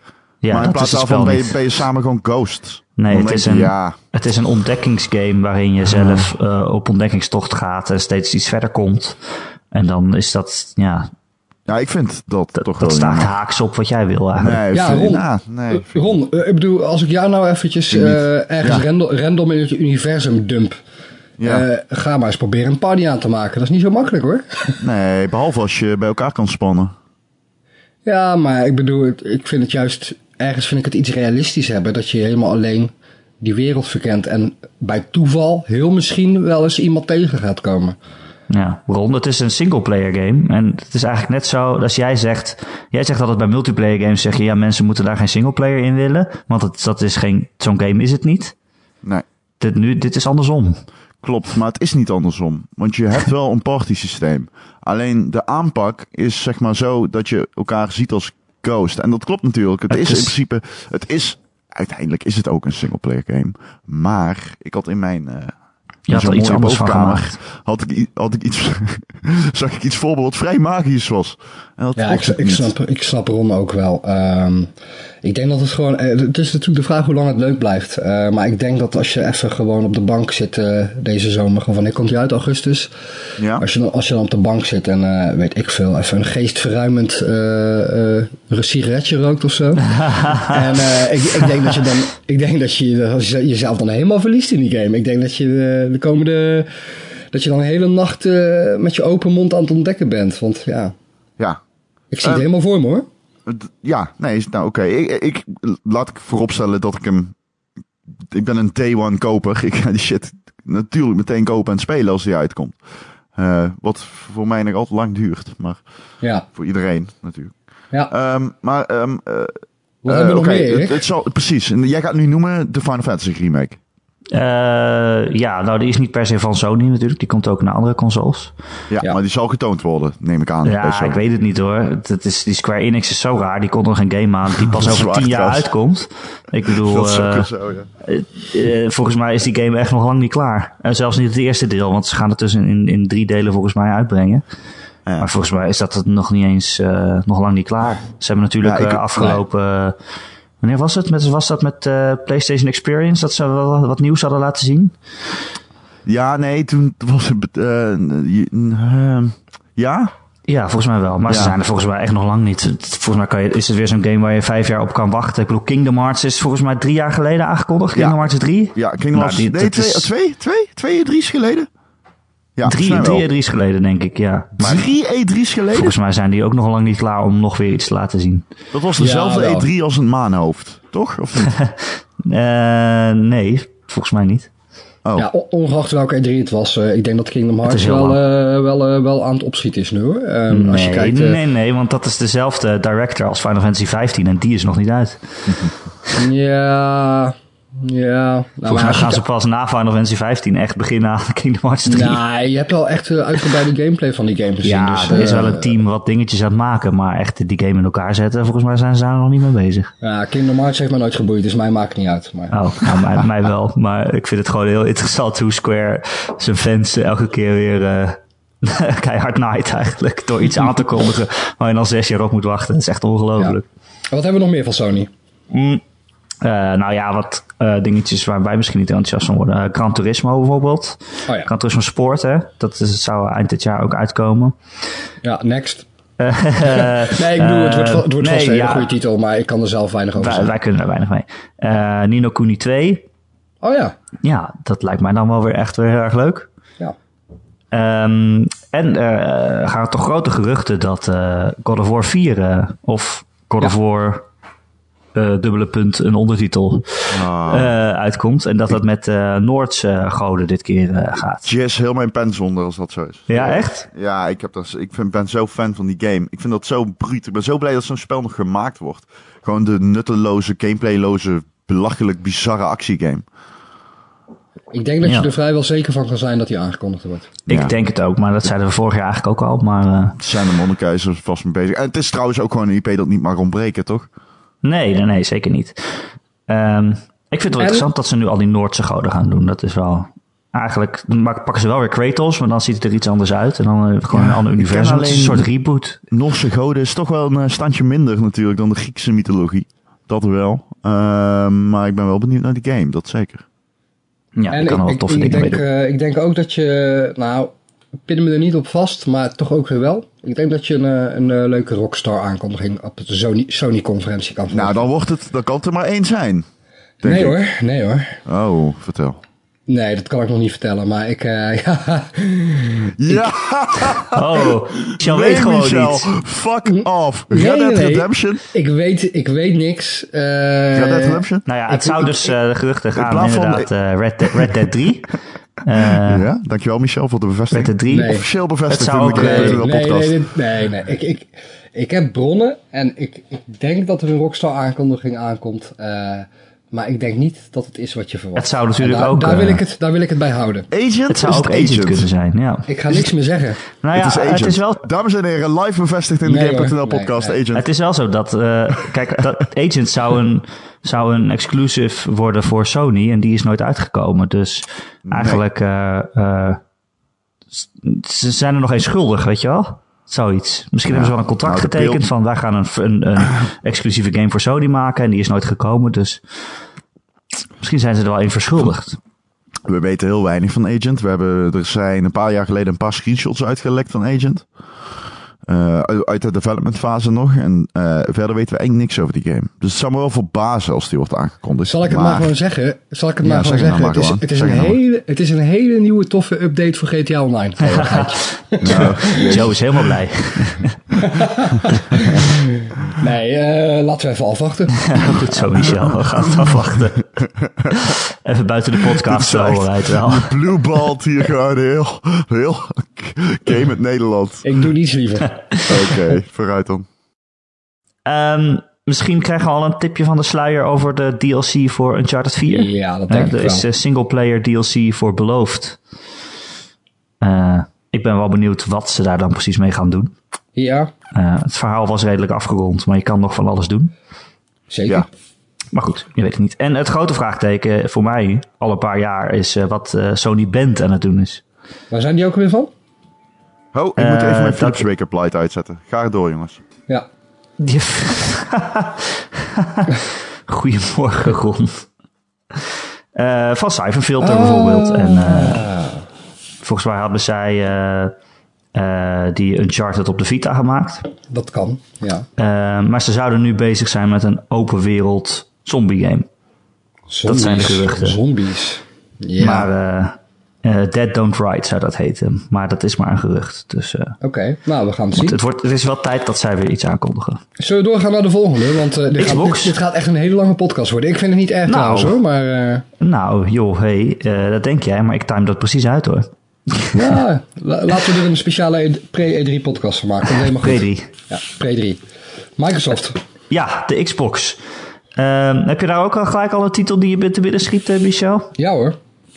Ja, maar in plaats daarvan ben je samen gewoon ghosts. Nee, het is een ontdekkingsgame waarin je zelf op ontdekkingstocht gaat en steeds iets verder komt. En dan is dat, ja... Ja, ik vind dat toch wel... Dat staat haaks op wat jij wil eigenlijk. Nee, Ron, ik bedoel, als ik jou nou eventjes ergens random in het universum dump... Ja. Ga maar eens proberen een party aan te maken. Dat is niet zo makkelijk hoor. Nee, behalve als je bij elkaar kan spannen. Ja, maar ik bedoel, ik vind het juist... Ergens vind ik het iets realistisch hebben. Dat je helemaal alleen die wereld verkent. En bij toeval heel misschien wel eens iemand tegen gaat komen. Ja, Ron, het is een singleplayer game. En het is eigenlijk net zo, als jij zegt altijd bij multiplayer games, zeg je, ja, mensen moeten daar geen singleplayer in willen. Want dat is zo'n game is het niet. Nee. Dit is andersom. Klopt, maar het is niet andersom. Want je hebt wel een party systeem. Alleen de aanpak is zeg maar zo dat je elkaar ziet als ghost. En dat klopt natuurlijk. Het is in principe, uiteindelijk is het ook een singleplayer game. Maar ik had in mijn... Je had er iets anders van gemaakt. Had ik iets, zag ik iets voorbeeld wat vrij magisch was. En dat ik snap Ron ook wel. Ik denk dat het gewoon... Het is natuurlijk de vraag hoe lang het leuk blijft. Maar ik denk dat als je even gewoon op de bank zit deze zomer... Wanneer komt hij uit? Augustus? Ja. Als je dan op de bank zit en weet ik veel... Even een geestverruimend sigaretje rookt of zo. En ik denk dat je jezelf dan helemaal verliest in die game. Ik denk dat je dat je dan de hele nacht met je open mond aan het ontdekken bent. Want ja. Ik zie het helemaal voor me hoor. Ja, nee, nou oké. Laat ik vooropstellen dat ik ben een day one koper. Ik ga die shit natuurlijk meteen kopen en spelen als die uitkomt. Wat voor mij nog altijd lang duurt. Maar voor iedereen natuurlijk. Ja. Wat hebben we nog meer? Precies. En jij gaat nu noemen de Final Fantasy remake. Die is niet per se van Sony natuurlijk. Die komt ook naar andere consoles. Ja, maar die zal getoond worden, neem ik aan. Ja, ik weet het niet hoor. Die Square Enix is zo raar. Die komt nog een game aan die pas over 10 jaar uitkomt. Ik bedoel, volgens mij is die game echt nog lang niet klaar. Zelfs niet het eerste deel, want ze gaan het dus in 3 delen volgens mij uitbrengen. Ja. Maar volgens mij is dat het nog niet eens, nog lang niet klaar. Ze hebben natuurlijk afgelopen... Wanneer was het? Was dat met PlayStation Experience? Dat ze wat nieuws hadden laten zien? Ja, nee, toen was het... ja? Ja, volgens mij wel. Maar ze zijn er volgens mij echt nog lang niet. Volgens mij is het weer zo'n game waar je 5 jaar op kan wachten. Ik bedoel, Kingdom Hearts is volgens mij 3 jaar geleden aangekondigd. Kingdom Hearts 3? Ja, Kingdom Hearts... Nee, 2 E3's geleden? Ja, 3 E3's geleden, denk ik, ja. Maar 3 E3's geleden? Volgens mij zijn die ook nog lang niet klaar om nog weer iets te laten zien. Dat was dezelfde E3 als een maanhoofd, toch? Of niet? Nee, volgens mij niet. Oh. Ja, ongeacht welke E3 het was. Ik denk dat Kingdom Hearts wel aan het opschieten is nu hoor. Als je kijkt, nee, want dat is dezelfde director als Final Fantasy 15 en die is nog niet uit. Ja... Volgens mij gaan ze pas na Final Fantasy 15 echt beginnen aan Kingdom Hearts 3. Nee, je hebt wel echt uitgebreide gameplay van die game gezien. Ja, dus, er is wel een team wat dingetjes aan het maken, maar echt die game in elkaar zetten, volgens mij zijn ze daar nog niet mee bezig. Ja, Kingdom Hearts heeft mij nooit geboeid, dus mij maakt het niet uit. Maar... Oh, nou, mij wel. Maar ik vind het gewoon heel interessant hoe Square zijn fans elke keer weer keihard naait eigenlijk, door iets aan te kondigen waar je dan 6 jaar op moet wachten. Dat is echt ongelooflijk. Ja. Wat hebben we nog meer van Sony? Wat dingetjes waar wij misschien niet enthousiast van worden. Gran Turismo bijvoorbeeld. Oh ja. Gran Turismo Sport, hè. Dat zou eind dit jaar ook uitkomen. Ja, next. Nee, ik bedoel, het wordt vast een hele goede titel, maar ik kan er zelf weinig over zeggen. Wij kunnen er weinig mee. Ni no Kuni 2. Oh ja. Ja, dat lijkt mij dan wel weer echt weer heel erg leuk. Ja. Gaan toch grote geruchten dat God of War 4 of God of War... een ondertitel uitkomt. En dat met Noordse goden dit keer gaat. Jazz heel mijn pen zonder als dat zo is. Ja, echt? Ja, ben zo fan van die game. Ik vind dat zo bruut. Ik ben zo blij dat zo'n spel nog gemaakt wordt. Gewoon de nutteloze, gameplayloze, belachelijk bizarre actiegame. Ik denk dat je er vrijwel zeker van kan zijn dat hij aangekondigd wordt. Ik denk het ook, maar dat zeiden we vorig jaar eigenlijk ook al. Maar zijn de monnikenkeizers vast mee bezig. En het is trouwens ook gewoon een IP dat niet mag ontbreken, toch? Nee, zeker niet. Ik vind het wel interessant dat ze nu al die Noordse goden gaan doen. Dat is wel... Eigenlijk pakken ze wel weer Kratos, maar dan ziet het er iets anders uit. En dan gewoon een ander universum. Het is een soort reboot. Noorse goden is toch wel een standje minder natuurlijk dan de Griekse mythologie. Dat wel. Maar ik ben wel benieuwd naar die game, dat zeker. Ja, en ik kan wel toffe dingen mee doen. Ik denk ook dat je, nou, pin me er niet op vast, maar toch ook weer wel. Ik denk dat je een leuke Rockstar aankondiging op de Sony-conferentie kan volgen. Nou, dan kan het er maar één zijn. Nee hoor. Oh, vertel. Nee, dat kan ik nog niet vertellen, maar ik... Ja! Oh, Michel weet gewoon Michel, niet. fuck off. Red Dead Redemption? Ik weet niks. Red Dead Redemption? Nou ja, het zou dus de geruchten gaan inderdaad Red Dead 3. Ja, dankjewel Michel voor de bevestiging. Red Dead 3. Nee. Officieel bevestigd het zou in de podcast. Nee. Ik heb bronnen en ik denk dat er een Rockstar aankondiging aankomt. Maar ik denk niet dat het is wat je verwacht. Het zou natuurlijk ook... Daar wil ik het bij houden. Agent? Het zou ook Agent kunnen zijn, ja. Ik ga niks meer zeggen. Nou ja, het is wel... Dames en heren, live bevestigd in de Game.nl podcast, Agent. Het is wel zo dat... kijk, dat Agent zou een exclusive worden voor Sony en die is nooit uitgekomen. Dus eigenlijk... ze zijn er nog eens schuldig, weet je wel? Zoiets. Misschien hebben ze wel een contract getekend van wij gaan een exclusieve game voor Sony maken en die is nooit gekomen. Dus misschien zijn ze er wel in verschuldigd. We weten heel weinig van Agent. Er zijn een paar jaar geleden een paar screenshots uitgelekt van Agent. Uit de development fase nog. En verder weten we eigenlijk niks over die game. Dus het zou me wel verbazen als die wordt aangekondigd. Zal ik het maar gewoon zeggen? Het is een hele nieuwe toffe update voor GTA Online. Joe is helemaal blij. Nee, laten we even afwachten. Goed zo, Michel. We gaan het afwachten. Even buiten de podcast overheid wel. De blue balt hier gewoon heel game met Nederland. Ik doe niets liever. Oké, vooruit dan. Misschien krijgen we al een tipje van de sluier over de DLC voor Uncharted 4. Ja, dat denk ik wel. Er is singleplayer DLC voor beloofd. Ik ben wel benieuwd wat ze daar dan precies mee gaan doen. Ja. Het verhaal was redelijk afgerond, maar je kan nog van alles doen. Zeker. Ja. Maar goed, je weet het niet. En het grote vraagteken voor mij al een paar jaar is wat Sony Band aan het doen is. Waar zijn die ook weer van? Oh, ik moet even mijn Philips Wake-up light uitzetten. Ga er door, jongens. Ja. Goedemorgen, Ron. Van Syphonfilter bijvoorbeeld. En volgens mij hadden zij die Uncharted op de Vita gemaakt. Dat kan, ja. Maar ze zouden nu bezig zijn met een open wereld zombie game. Dat zijn de geruchten. Zombies. Ja. Maar Dead Don't Ride zou dat heten. Maar dat is maar een gerucht. Dus, Oké, nou we gaan het zien. Het is wel tijd dat zij weer iets aankondigen. Zullen we doorgaan naar de volgende? Want dit gaat echt een hele lange podcast worden. Ik vind het niet erg trouwens hoor, maar... Nou, joh, dat denk jij. Maar ik time dat precies uit hoor. Ja, laten we er een speciale pre-E3 podcast van maken. Helemaal goed. Pre-3. Ja, pre-3. Microsoft. Ja, de Xbox. Heb je daar ook al gelijk al een titel die je te binnen schiet, Michel? Ja hoor.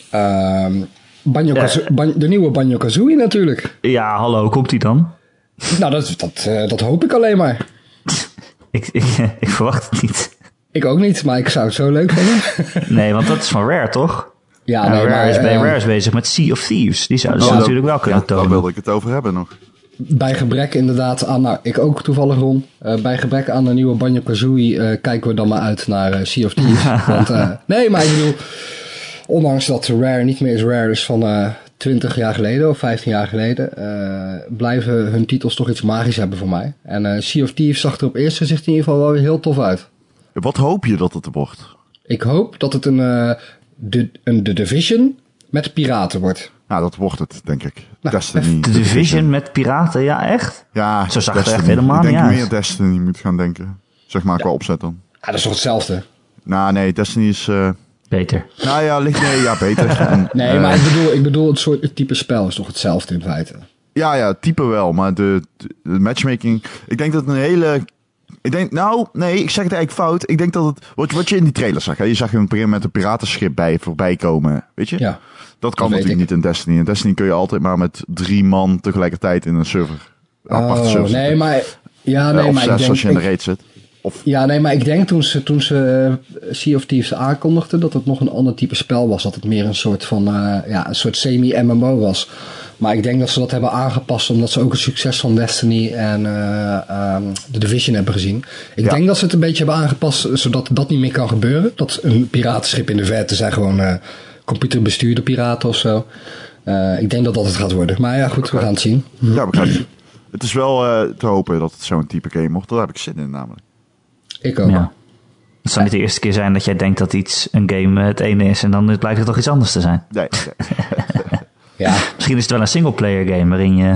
De nieuwe Banjo-Kazooie natuurlijk. Ja, hallo, komt die dan? Nou, dat hoop ik alleen maar. Ik verwacht het niet. Ik ook niet, maar ik zou het zo leuk vinden. Nee, want dat is van Rare, toch? Ja, nee, Rare is bezig met Sea of Thieves. Die zouden ze natuurlijk wel kunnen tonen. Daar wilde ik het over hebben nog. Bij gebrek inderdaad aan... Nou, ik ook toevallig, Ron. Bij gebrek aan een nieuwe Banjo-Kazooie kijken we dan maar uit naar Sea of Thieves. Want, nee, maar ik bedoel... Ondanks dat Rare niet meer is Rare is van 20 jaar geleden of 15 jaar geleden... blijven hun titels toch iets magisch hebben voor mij. En Sea of Thieves zag er op eerste gezicht in ieder geval wel heel tof uit. Wat hoop je dat het wordt? Ik hoop dat het een The Division met piraten wordt. Nou, dat wordt het, denk ik. Nou, Destiny. The Division met piraten, ja echt? Ja, zo zag het er echt helemaal niet uit. Ik denk meer Destiny moet gaan denken. Zeg maar, qua opzet dan. Ja, dat is toch hetzelfde? Nou, nee, Destiny is... beter. Nou ja, beter. En, nee, maar ik bedoel het type spel is toch hetzelfde in feite? Ja, type wel. Maar de matchmaking... Ik denk dat een hele... ik zeg het eigenlijk fout. Ik denk dat het... Wat je in die trailer zag. Hè? Je zag een gegeven moment een piratenschip voorbij komen. Weet je? Ja. Dat kan natuurlijk niet in Destiny. In Destiny kun je altijd maar met 3 man tegelijkertijd in een server. Aparte server. Nee, maar... Ja, nee, of maar 6 ik denk, als je in de raid zit. Of... Ja, nee, maar ik denk toen ze Sea of Thieves aankondigden dat het nog een ander type spel was. Dat het meer een soort van, een soort semi-MMO was. Maar ik denk dat ze dat hebben aangepast omdat ze ook het succes van Destiny en The Division hebben gezien. Ik denk dat ze het een beetje hebben aangepast zodat dat niet meer kan gebeuren. Dat een piratenschip in de verte zijn gewoon computerbestuurde piraten of zo. Ik denk dat dat het gaat worden. Maar ja, goed, we gaan het zien. Ja, we gaan het zien. Het is wel te hopen dat het zo'n type game wordt. Daar heb ik zin in namelijk. Ik ook. Ja. Het zou niet de eerste keer zijn dat jij denkt dat een game het ene is en dan blijkt het toch iets anders te zijn. Nee. Ja. Misschien is het wel een singleplayer game waarin je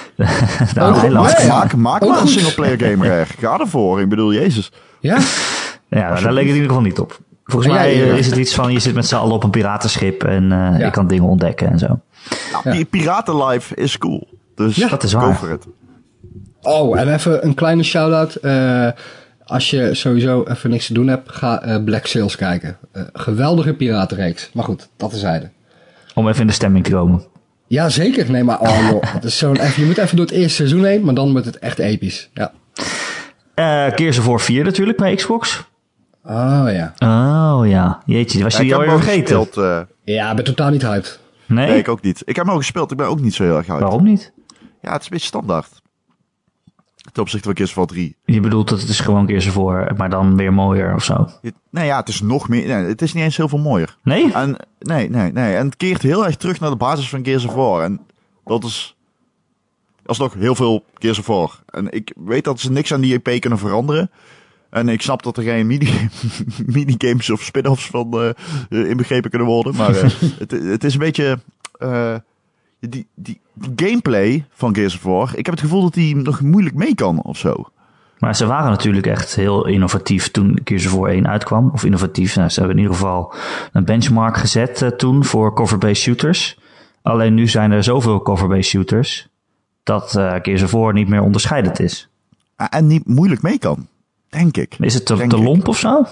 Maak maar een singleplayer game. Ga ervoor. Ik bedoel, Jezus. Ja? Ja, daar leek het in ieder geval niet op. Volgens mij is het iets van je zit met z'n allen op een piratenschip en je kan dingen ontdekken en zo. Nou, Piratenlife is cool. Dus dat is waar. Go for it. Oh, en even een kleine shout-out. Als je sowieso even niks te doen hebt, ga Black Sails kijken. Geweldige piratenreeks. Maar goed, dat terzijde. Om even in de stemming te komen. Ja, zeker. Nee, maar het is je moet even door het eerste seizoen heen, maar dan wordt het echt episch. Ja. Gears of War 4 natuurlijk bij Xbox. Oh ja. Oh ja. Jeetje, was je die alweer vergeten? Ja, ik ben totaal niet hyped. Nee, ik ook niet. Ik heb hem al gespeeld, ik ben ook niet zo heel erg hyped. Waarom niet? Ja, het is een beetje standaard. Ten opzichte van Gears of War 3. Je bedoelt dat het is gewoon Gears of War, maar dan weer mooier of zo? Nee, ja, het is nog meer. Nee, het is niet eens heel veel mooier. Nee? Nee. En het keert heel erg terug naar de basis van Gears of War. En dat is alsnog heel veel Gears of War. En ik weet dat ze niks aan die EP kunnen veranderen. En ik snap dat er geen minigames of spin-offs van inbegrepen kunnen worden. Maar het is een beetje... Die gameplay van Gears of War, ik heb het gevoel dat die nog moeilijk mee kan of zo. Maar ze waren natuurlijk echt heel innovatief toen Gears of War 1 uitkwam. Of innovatief, ze hebben in ieder geval een benchmark gezet toen voor cover-based shooters. Alleen nu zijn er zoveel cover-based shooters dat Gears of War niet meer onderscheidend is. En niet moeilijk mee kan, denk ik. Is het te lomp of zo?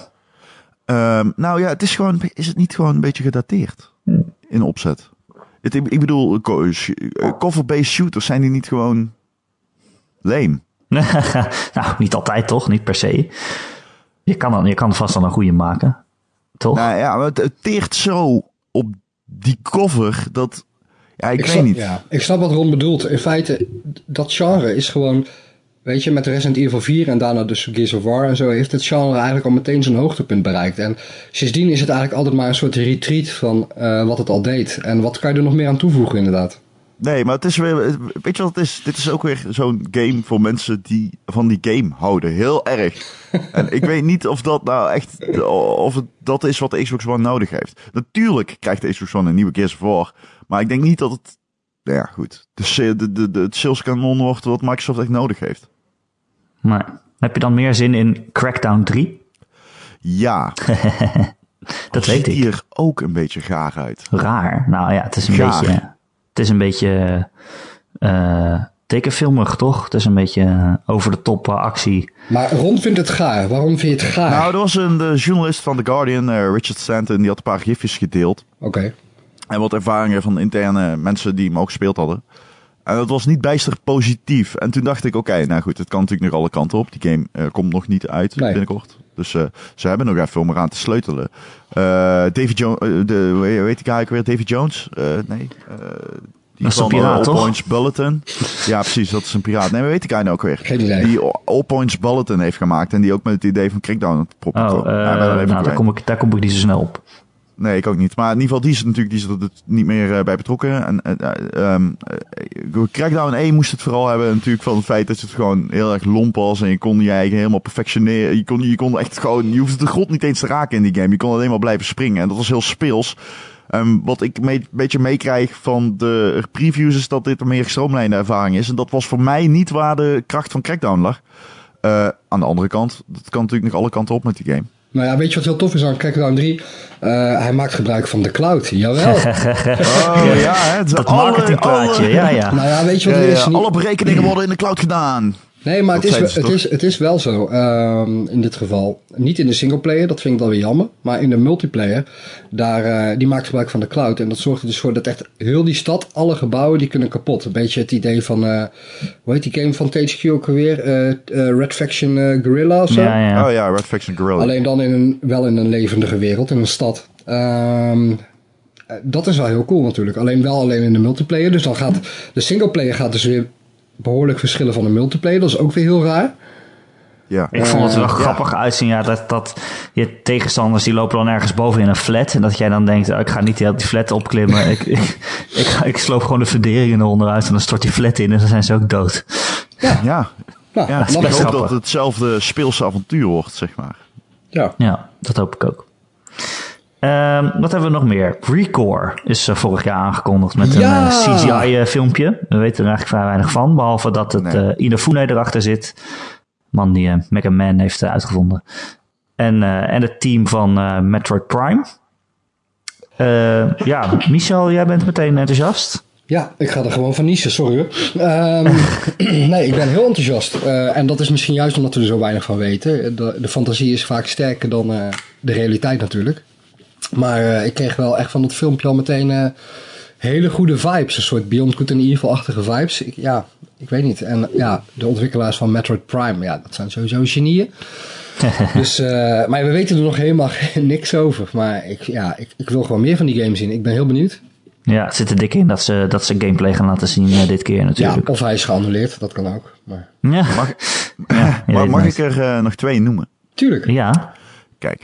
Nou ja, is het niet gewoon een beetje gedateerd in opzet? Ik bedoel, cover-based shooters, zijn die niet gewoon lame? Nou, niet altijd toch? Niet per se. Je kan vast wel een goede maken. Toch? Nou ja, maar het teert zo op die cover dat... Ja, ik weet niet. Ja, ik snap wat Ron bedoelt. In feite, dat genre is gewoon... Weet je, met Resident Evil 4 en daarna dus Gears of War en zo... heeft het genre eigenlijk al meteen zijn hoogtepunt bereikt. En sindsdien is het eigenlijk altijd maar een soort retreat van wat het al deed. En wat kan je er nog meer aan toevoegen inderdaad? Nee, maar het is weer... Weet je wat het is? Dit is ook weer zo'n game voor mensen die van die game houden. Heel erg. En ik weet niet of dat nou echt... Of het dat is wat de Xbox One nodig heeft. Natuurlijk krijgt de Xbox One een nieuwe Gears of War. Maar ik denk niet dat het... Nou ja, goed. Het salescanon wordt wat Microsoft echt nodig heeft. Maar heb je dan meer zin in Crackdown 3? Ja. Dat weet ik. Ziet hier ook een beetje gaar uit. Raar. Nou ja, het is een beetje tekenfilmig, toch? Het is een beetje over de top actie. Maar Ron vindt het gaar. Waarom vind je het gaar? Nou, er was de journalist van The Guardian, Richard Stanton, die had een paar gifjes gedeeld. Oké. En wat ervaringen van interne mensen die hem ook gespeeld hadden. En dat was niet bijster positief. En toen dacht ik, oké, nou goed, het kan natuurlijk nog alle kanten op. Die game komt nog niet uit binnenkort. Dus ze hebben nog even om eraan te sleutelen. Davy Jones, hoe heet die guy weer? Davy Jones? Nee. Die dat is een piraat, toch? All Points Bulletin. Ja, precies, dat is een piraat. Nee, maar weet die guy nou ook weer? Geen idee. Die All Points Bulletin heeft gemaakt. En die ook met het idee van Crackdown aan het proppen. Daar kom ik niet zo snel op. Nee, ik ook niet. Maar in ieder geval, die is er niet meer bij betrokken. En Crackdown 1 moest het vooral hebben natuurlijk van het feit dat het gewoon heel erg lomp was. En je kon je eigen helemaal perfectioneren. Je kon echt gewoon, je hoefde de grond niet eens te raken in die game. Je kon alleen maar blijven springen. En dat was heel speels. Wat ik een beetje meekrijg van de previews is dat dit een meer gestroomlijnde ervaring is. En dat was voor mij niet waar de kracht van Crackdown lag. Aan de andere kant, dat kan natuurlijk nog alle kanten op met die game. Nou ja, weet je wat heel tof is aan Crackdown 3? Hij maakt gebruik van de cloud, jawel. Dat marketingplaatje, ja. Nou ja, weet je wat het is? Alle berekeningen worden in de cloud gedaan. Nee, maar het is wel zo. In dit geval. Niet in de singleplayer, dat vind ik dan weer jammer. Maar in de multiplayer, die maakt gebruik van de cloud. En dat zorgt er dus voor dat echt heel die stad, alle gebouwen, die kunnen kapot. Een beetje het idee van, hoe heet die game van THQ ook alweer? Red Faction Guerrilla of zo? Ja. Oh ja, Red Faction Guerrilla. Alleen dan wel in een levendige wereld, in een stad. dat is wel heel cool natuurlijk. Alleen in de multiplayer. Dus dan gaat de singleplayer gaat dus weer behoorlijk verschillen van de multiplayer. Dat is ook weer heel raar. Ja. Ik vond het wel grappig uitzien, dat je tegenstanders die lopen dan ergens boven in een flat. En dat jij dan denkt, ik ga niet die flat opklimmen. ik sloop gewoon de funderingen eronder uit en dan stort die flat in en dan zijn ze ook dood. Ja. Ik hoop dat het hetzelfde speelse avontuur wordt, zeg maar. Ja, dat hoop ik ook. Wat hebben we nog meer? Recore is vorig jaar aangekondigd met een CGI-filmpje. We weten er eigenlijk vrij weinig van, behalve dat het Inafune erachter zit. Man die Mega Man heeft uitgevonden. En het team van Metroid Prime. Michel, jij bent meteen enthousiast? Ja, ik ga er gewoon van niezen, sorry hoor. Nee, ik ben heel enthousiast. En dat is misschien juist omdat we er zo weinig van weten. De fantasie is vaak sterker dan de realiteit natuurlijk. Maar ik kreeg wel echt van het filmpje al meteen hele goede vibes. Een soort Beyond Good and Evil-achtige vibes. Ik weet niet. En ja, de ontwikkelaars van Metroid Prime, dat zijn sowieso genieën. Dus, maar we weten er nog helemaal niks over. Maar ik wil gewoon meer van die game zien. Ik ben heel benieuwd. Ja, het zit er dik in dat ze gameplay gaan laten zien dit keer natuurlijk. Ja, of hij is geannuleerd, dat kan ook. Maar... Ja. Mag ik er nog 2 noemen? Tuurlijk. Ja. Kijk.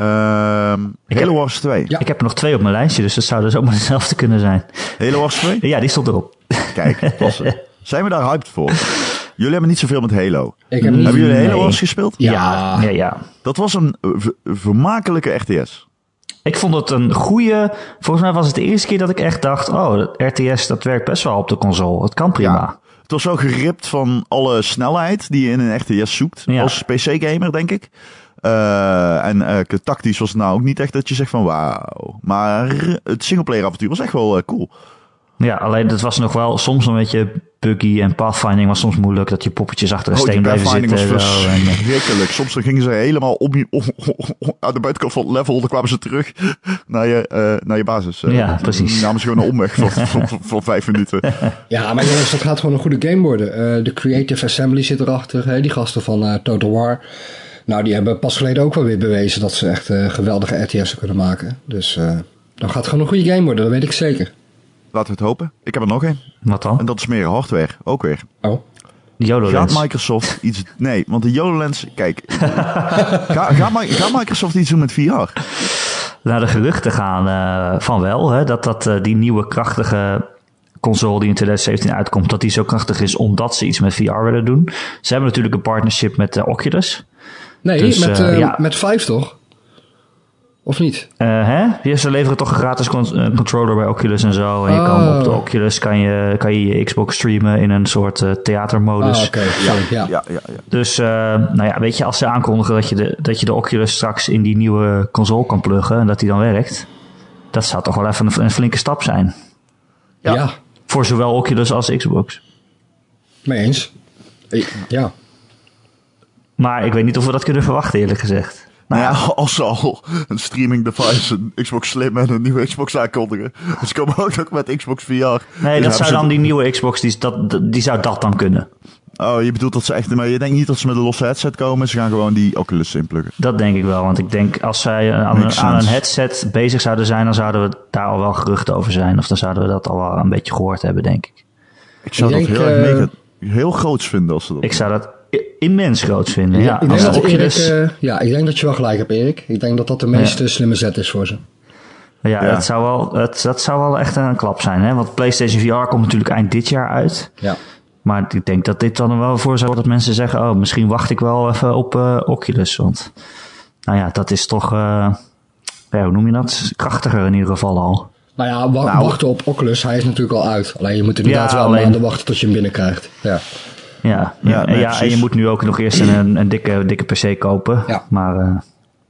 Halo Wars 2. Ja. Ik heb er nog 2 op mijn lijstje, dus dat zou dus ook maar dezelfde kunnen zijn. Halo Wars 2? Ja, die stond erop. Kijk, klasse. Zijn we daar hyped voor? Jullie hebben niet zoveel met Halo. Hebben jullie Halo Wars gespeeld? Ja. Dat was een vermakelijke RTS. Ik vond het een goede... Volgens mij was het de eerste keer dat ik echt dacht... RTS, dat werkt best wel op de console. Het kan prima. Ja, het was zo geript van alle snelheid die je in een RTS zoekt. Ja. Als PC-gamer, denk ik. En tactisch was het nou ook niet echt dat je zegt van wauw. Maar het singleplayer avontuur was echt wel cool. Ja, alleen het was nog wel soms een beetje buggy en pathfinding was soms moeilijk. Dat je poppetjes achter een steen bleven zitten. Was verschrikkelijk. Soms dan gingen ze helemaal aan de buitenkant van het level. Dan kwamen ze terug naar je basis. Ja, precies. Namen ze gewoon een omweg van 5 minuten. Ja, maar jongens, dat gaat gewoon een goede game worden. De Creative Assembly zit erachter. Die gasten van Total War. Nou, die hebben pas geleden ook wel weer bewezen dat ze echt geweldige RTS'en kunnen maken. Dus dan gaat het gewoon een goede game worden, dat weet ik zeker. Laten we het hopen. Ik heb er nog één. Wat dan? En dat is meer hardware, ook weer. Oh. De YOLO-lens. Gaat Microsoft iets... Nee, want de YOLO-lens... Kijk, gaat Microsoft iets doen met VR? Nou, de geruchten gaan van wel. Hè, dat die nieuwe krachtige console die in 2017 uitkomt... dat die zo krachtig is omdat ze iets met VR willen doen. Ze hebben natuurlijk een partnership met Oculus. Nee, dus, met Vive toch? Of niet? Ze leveren toch een gratis controller bij Oculus en zo. En je kan op de Oculus kan je Xbox streamen in een soort theatermodus. Oké. Ja. Dus weet je, als ze aankondigen dat je de Oculus straks in die nieuwe console kan pluggen en dat die dan werkt, dat zou toch wel even een flinke stap zijn. Ja. Voor zowel Oculus als Xbox. Mee eens. Ja. Maar ik weet niet of we dat kunnen verwachten, eerlijk gezegd. Nou ja, als ze al een streaming device, een Xbox Slim en een nieuwe Xbox aankondigen. Dus komen ook nog met Xbox VR. Nee, dat zou dan die nieuwe Xbox, die zou dat dan kunnen. Oh, je bedoelt dat ze echt... Maar je denkt niet dat ze met een losse headset komen. Ze gaan gewoon die Oculus inpluggen. Dat denk ik wel. Want ik denk als zij aan een headset bezig zouden zijn... dan zouden we daar al wel geruchten over zijn. Of dan zouden we dat al wel een beetje gehoord hebben, denk ik. Ik zou dat heel erg heel groots vinden als ze dat... Ik zou dat immens groots vinden. Ja, ik denk dat je wel gelijk hebt, Erik. Ik denk dat dat de meest slimme zet is voor ze. Ja. Dat zou wel echt een klap zijn. Hè? Want PlayStation VR komt natuurlijk eind dit jaar uit. Ja. Maar ik denk dat dit dan er wel voor zou dat mensen zeggen... misschien wacht ik wel even op Oculus. Want dat is toch... hoe noem je dat? Krachtiger in ieder geval al. Nou ja, wachten op Oculus. Hij is natuurlijk al uit. Alleen je moet inderdaad wel maanden wachten tot je hem binnenkrijgt. Ja. En je moet nu ook nog eerst een dikke PC kopen. Ja. Maar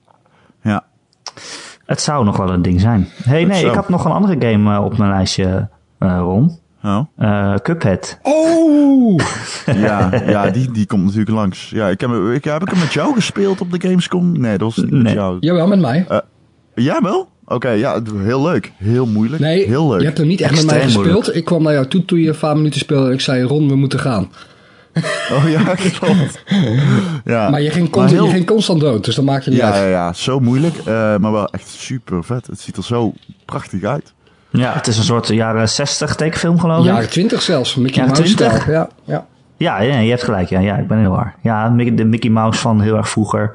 het zou nog wel een ding zijn. Ik had nog een andere game op mijn lijstje, Ron. Cuphead. Oh! ja, die komt natuurlijk langs. Ja, heb ik hem met jou gespeeld op de Gamescom? Nee, dat was niet met jou. Jawel, met mij. Ja, wel? Oké, heel leuk. Heel moeilijk. Nee, heel leuk. Je hebt hem niet echt met mij gespeeld. Moeilijk. Ik kwam naar jou toe toen je 5 minuten speelde en ik zei, Ron, we moeten gaan. Oh ja, klopt. Ja. Maar je ging constant dood, dus dat maakt je niet uit. Ja, zo moeilijk. Maar wel echt super vet. Het ziet er zo prachtig uit. Ja, het is een soort jaren 60 tekenfilm, geloof ik. Jaren 20 zelfs, Mickey Mouse stijl. Ja, je hebt gelijk. Ja, ik ben heel waar. Ja, de Mickey Mouse van heel erg vroeger.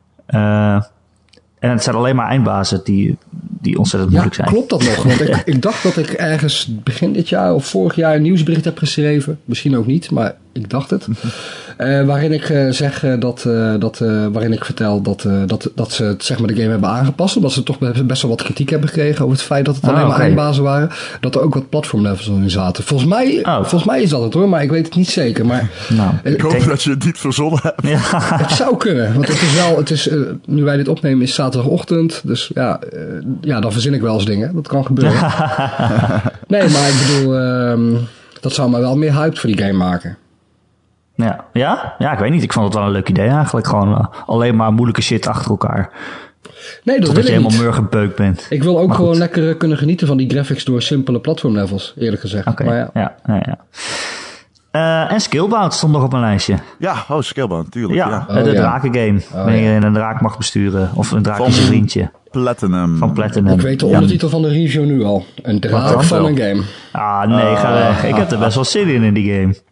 En het zijn alleen maar eindbazen die ontzettend moeilijk zijn. Klopt dat nog? Want ik dacht dat ik ergens begin dit jaar of vorig jaar een nieuwsbericht heb geschreven. Misschien ook niet, maar ik dacht het. Waarin ik zeg waarin ik vertel dat ze zeg maar de game hebben aangepast. Omdat ze toch best wel wat kritiek hebben gekregen over het feit dat het alleen maar eindbazen waren. Dat er ook wat platformlevels in zaten. Volgens mij is dat het hoor, maar ik weet het niet zeker. Maar, ik hoop dat je het niet verzonnen hebt. Ja. Het zou kunnen, want het is nu wij dit opnemen is zaterdagochtend. Dus dan verzin ik wel eens dingen. Dat kan gebeuren. Nee, maar ik bedoel, dat zou mij wel meer hype voor die game maken. Ja, ik weet niet. Ik vond het wel een leuk idee eigenlijk. Gewoon alleen maar moeilijke shit achter elkaar. Nee, dat wil ik niet. Dat je helemaal murgebeukt bent. Ik wil ook gewoon lekker kunnen genieten van die graphics door simpele platformlevels, eerlijk gezegd. Oké, ja. En Scalebound stond nog op mijn lijstje. Ja, Scalebound, tuurlijk. Ja, de drakengame. Waarin je een draak mag besturen. Of een draak is een vriendje. Van Platinum. Ik weet de ondertitel van de review nu al. Een draak van een game. Ah, nee, ga weg. Ik heb er best wel zin in die game.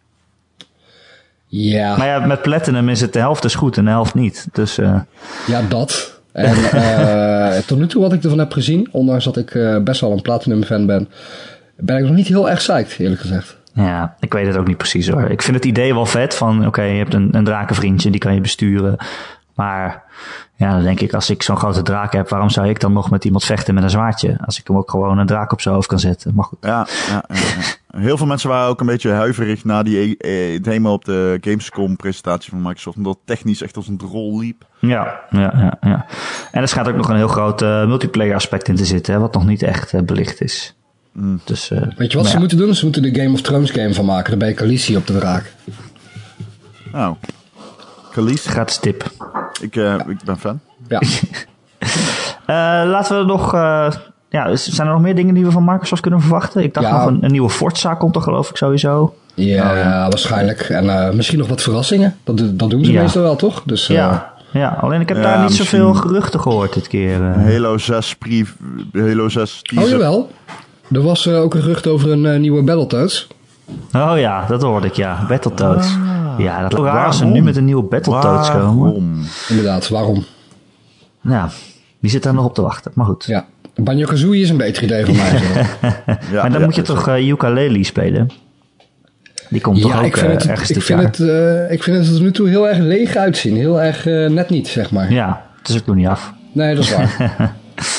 Ja. Maar ja, met Platinum is het de helft is goed en de helft niet. Dus, Ja, dat. En tot nu toe wat ik ervan heb gezien, ondanks dat ik best wel een Platinum fan ben ik nog niet heel erg psyched, eerlijk gezegd. Ja, ik weet het ook niet precies hoor. Ik vind het idee wel vet van, oké, je hebt een drakenvriendje, die kan je besturen. Maar ja, dan denk ik, als ik zo'n grote draak heb, waarom zou ik dan nog met iemand vechten met een zwaardje? Als ik hem ook gewoon een draak op zijn hoofd kan zetten. Maar goed. Ja. Heel veel mensen waren ook een beetje huiverig na die demo op de Gamescom-presentatie van Microsoft. Omdat het technisch echt als een drol liep. Ja. En er schijnt ook nog een heel groot multiplayer aspect in te zitten, hè, wat nog niet echt belicht is. Dus, weet je wat ze moeten doen? Ze moeten de Game of Thrones game van maken. Dan ben je Khaleesi op de draak. Oh. Khaleesi? Gratis tip. Ik ben fan. Ja. Laten we nog... zijn er nog meer dingen die we van Microsoft kunnen verwachten? Ik dacht nog een nieuwe Forza komt er geloof ik sowieso. Ja, waarschijnlijk. En misschien nog wat verrassingen. Dat doen ze meestal wel, toch? Dus, Ja, alleen ik heb daar niet zoveel geruchten gehoord dit keer. Halo 6 teaser. Oh jawel. Er was ook een gerucht over een nieuwe Battletoads. Oh ja, dat hoorde ik, ja. Battletoads. Ja, dat is raar als ze nu met een nieuwe Battletoads komen. Inderdaad, waarom? Ja, wie zit daar nog op te wachten? Maar goed. Ja, Banjo-Kazooie is een beter idee van mij. Maar dan moet je toch Yooka-Laylee spelen? Die komt toch ook ergens dit jaar? Ik vind het tot nu toe heel erg leeg uitzien. Heel erg net niet, zeg maar. Ja, het is ook nog niet af. Nee, dat is waar.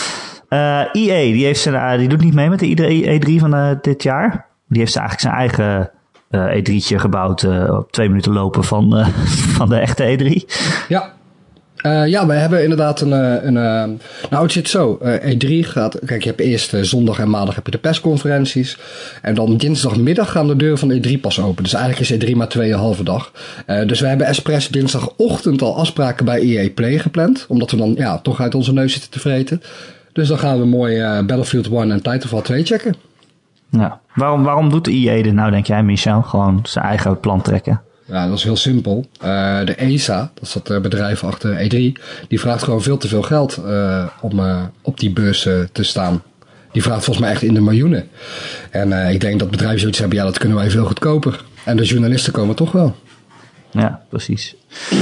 EA, die doet niet mee met de E3 van dit jaar. Die heeft eigenlijk zijn eigen E3'tje gebouwd op 2 minuten lopen van de echte E3. Ja. We hebben inderdaad nou, het zit zo. E3 gaat... Kijk, je hebt eerst zondag en maandag heb je de persconferenties. En dan dinsdagmiddag gaan de deuren van de E3 pas open. Dus eigenlijk is E3 maar 2,5 dag. Dus we hebben expres dinsdagochtend al afspraken bij EA Play gepland. Omdat we dan toch uit onze neus zitten te vreten. Dus dan gaan we mooi Battlefield 1 en Titanfall 2 checken. Ja. Waarom doet EA dit nou, denk jij, Michel? Gewoon zijn eigen plan trekken? Ja, dat is heel simpel. De ESA, dat is dat bedrijf achter E3, die vraagt gewoon veel te veel geld om op die beurs te staan. Die vraagt volgens mij echt in de miljoenen. En ik denk dat bedrijven zoiets hebben, dat kunnen wij veel goedkoper. En de journalisten komen toch wel. Ja, precies.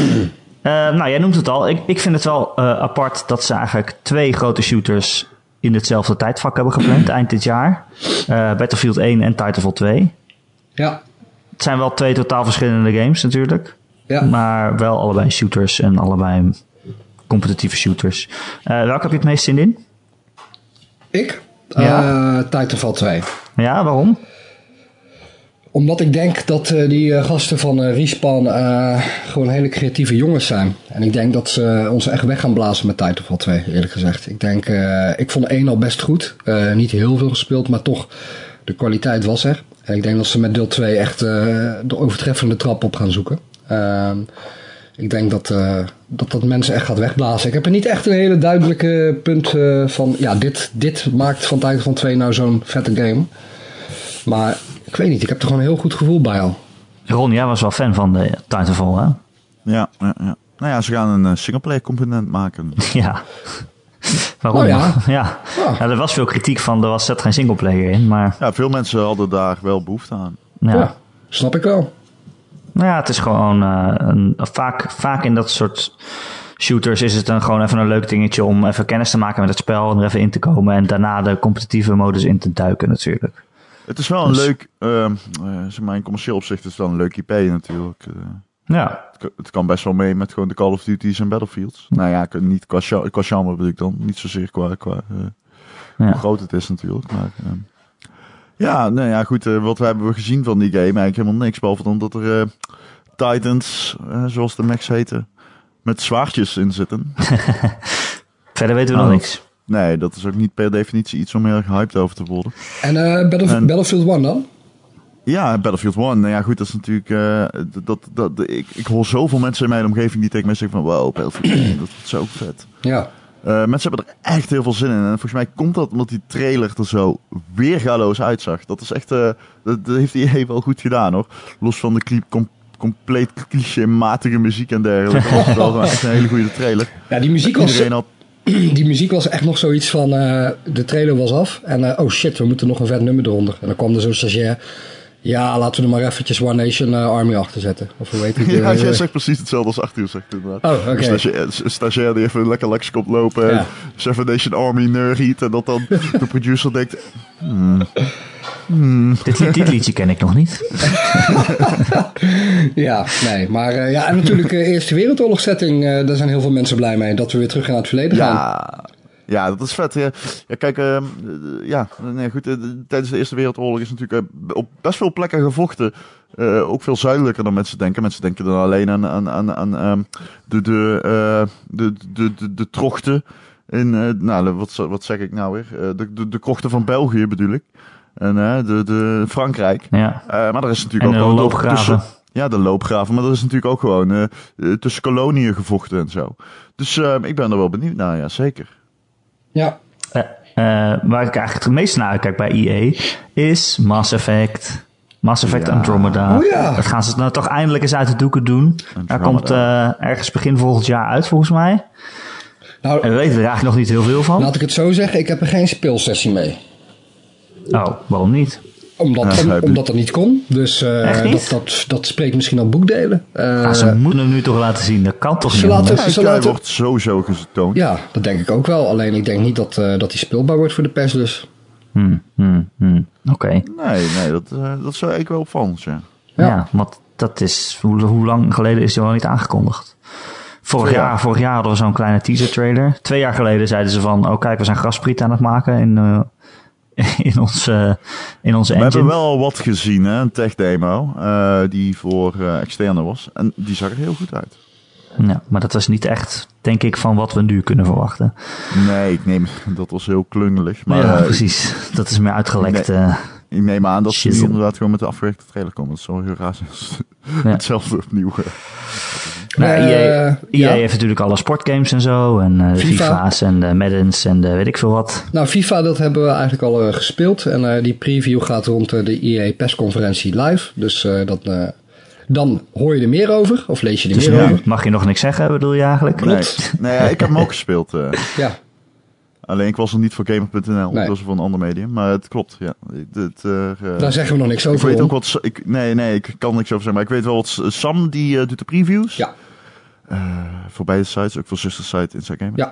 Jij noemt het al. Ik vind het wel apart dat ze eigenlijk 2 grote shooters in hetzelfde tijdvak hebben gepland eind dit jaar. Battlefield 1 en Titanfall 2. Ja. Het zijn wel 2 totaal verschillende games natuurlijk. Ja. Maar wel allebei shooters en allebei competitieve shooters. Welke heb je het meest zin in? Ik? Titanfall 2. Ja, waarom? Omdat ik denk dat die gasten van Respawn gewoon hele creatieve jongens zijn. En ik denk dat ze ons echt weg gaan blazen met Titanfall 2, eerlijk gezegd. Ik vond 1 al best goed. Niet heel veel gespeeld, maar toch, de kwaliteit was er. En ik denk dat ze met deel 2 echt de overtreffende trap op gaan zoeken. Ik denk dat mensen echt gaat wegblazen. Ik heb er niet echt een hele duidelijke punt van... Ja, dit maakt van Titanfall 2 nou zo'n vette game. Maar ik weet niet, ik heb er gewoon een heel goed gevoel bij al. Ron, jij was wel fan van de Titanfall, hè? Ja. Nou ja, ze gaan een singleplayer component maken. Ja. Waarom? Oh ja. Ja. Er was veel kritiek van, er zat geen singleplayer in, maar... Ja, veel mensen hadden daar wel behoefte aan. Ja, snap ik wel. Nou ja, het is gewoon... vaak in dat soort shooters is het dan gewoon even een leuk dingetje om even kennis te maken met het spel en er even in te komen en daarna de competitieve modus in te duiken natuurlijk. Het is wel een leuk... zeg maar in commercieel opzicht is het wel een leuk IP natuurlijk. Ja. Het kan best wel mee met gewoon de Call of Duty's en Battlefields. Nou ja, niet qua genre bedoel ik dan. Niet zozeer qua hoe groot het is natuurlijk. Maar goed. Wat hebben we gezien van die game? Eigenlijk helemaal niks. Behalve dan dat er Titans, zoals de mechs heten, met zwaardjes in zitten. Verder weten we nog niks. Nee, dat is ook niet per definitie iets om heel erg hyped over te worden. En Battlefield 1 dan? Ja, Battlefield 1. Nou ja, goed, dat is natuurlijk... ik hoor zoveel mensen in mijn omgeving die tegen mij zeggen van... Wow, Battlefield 1, dat wordt zo vet. Ja. Mensen hebben er echt heel veel zin in. En volgens mij komt dat omdat die trailer er zo weergaloos uitzag. Dat is echt... dat heeft hij wel goed gedaan, hoor. Los van de compleet cliché-matige muziek en dergelijke. Dat was wel echt een hele goede trailer. Ja, die muziek was echt nog zoiets van... de trailer was af. En oh shit, we moeten nog een vet nummer eronder. En dan kwam er zo'n stagiair... Ja, laten we er maar eventjes One Nation Army achter zetten. Of hoe weet ik ja, jij zegt precies hetzelfde als Arthur zegt inderdaad. Oh, oké. Een stagiair die even lekker langs komt lopen. Ja. Seven Nation Army neurriet. En dat dan de producer denkt... Dit liedje ken ik nog niet. Ja, nee. Maar en natuurlijk Eerste Wereldoorlog setting. Daar zijn heel veel mensen blij mee. Dat we weer terug naar het verleden gaan. Ja, dat is vet. Ja, kijk, goed. Tijdens de Eerste Wereldoorlog is natuurlijk op best veel plekken gevochten. Ook veel zuidelijker dan mensen denken. Mensen denken dan alleen aan de trochten in, wat zeg ik nou weer? De krochten van België bedoel ik. En de Frankrijk. Ja. Maar er is natuurlijk en ook de loopgraven. Ja, de loopgraven. Maar dat is natuurlijk ook gewoon tussen koloniën gevochten en zo. Dus ik ben er wel benieuwd naar, ja, zeker. Ja. Waar ik eigenlijk het meest naar kijk bij EA is Mass Effect. Mass Effect Andromeda. Oh ja. Dat gaan ze nou toch eindelijk eens uit de doeken doen. Daar komt ergens begin volgend jaar uit volgens mij. Nou, en we weten er eigenlijk nog niet heel veel van. Laat ik het zo zeggen, ik heb er geen speelsessie mee. Oh, waarom niet? Omdat dat niet kon. Dus dat spreekt misschien al boekdelen. Ze moeten hem nu toch laten zien. Dat kan toch niet? Hij wordt sowieso getoond. Ja, dat denk ik ook wel. Alleen ik denk niet dat hij speelbaar wordt voor de pers dus. Oké. Nee, dat zou ik wel opvallend zijn. Ja, want dat is... Hoe lang geleden is hij wel niet aangekondigd? Vorig jaar hadden we zo'n kleine teaser trailer. 2 jaar geleden zeiden ze van... Oh kijk, we zijn graspriet aan het maken in onze engine. We hebben wel wat gezien, hè? Een tech demo die voor externe was. En die zag er heel goed uit. Ja, maar dat was niet echt, denk ik, van wat we nu kunnen verwachten. Nee, dat was heel klungelig. Maar, ja, precies. Dat is meer uitgelekt. Ik neem aan dat ze nu inderdaad gewoon met de afgewerkte trailer komen. Dat is zo heel raar. Hetzelfde opnieuw. EA heeft natuurlijk alle sportgames en zo. En de FIFA's en de Maddens en de weet ik veel wat. Nou, FIFA, dat hebben we eigenlijk al gespeeld. En die preview gaat rond de EA persconferentie live. Dus dan hoor je er meer over. Of lees je er meer over. Mag je nog niks zeggen, bedoel je eigenlijk? Klopt. Nee, ik heb hem ook gespeeld. Ja. Alleen ik was er niet voor Gamer.nl. Dat was voor een ander medium. Maar het klopt, ja. Daar zeggen we nog niks over. Ik weet ook wat... ik kan niks over zeggen. Maar ik weet wel wat... Sam, die doet de previews. Ja. Voor beide sites. Ook voor Sister Site Inside Gamer.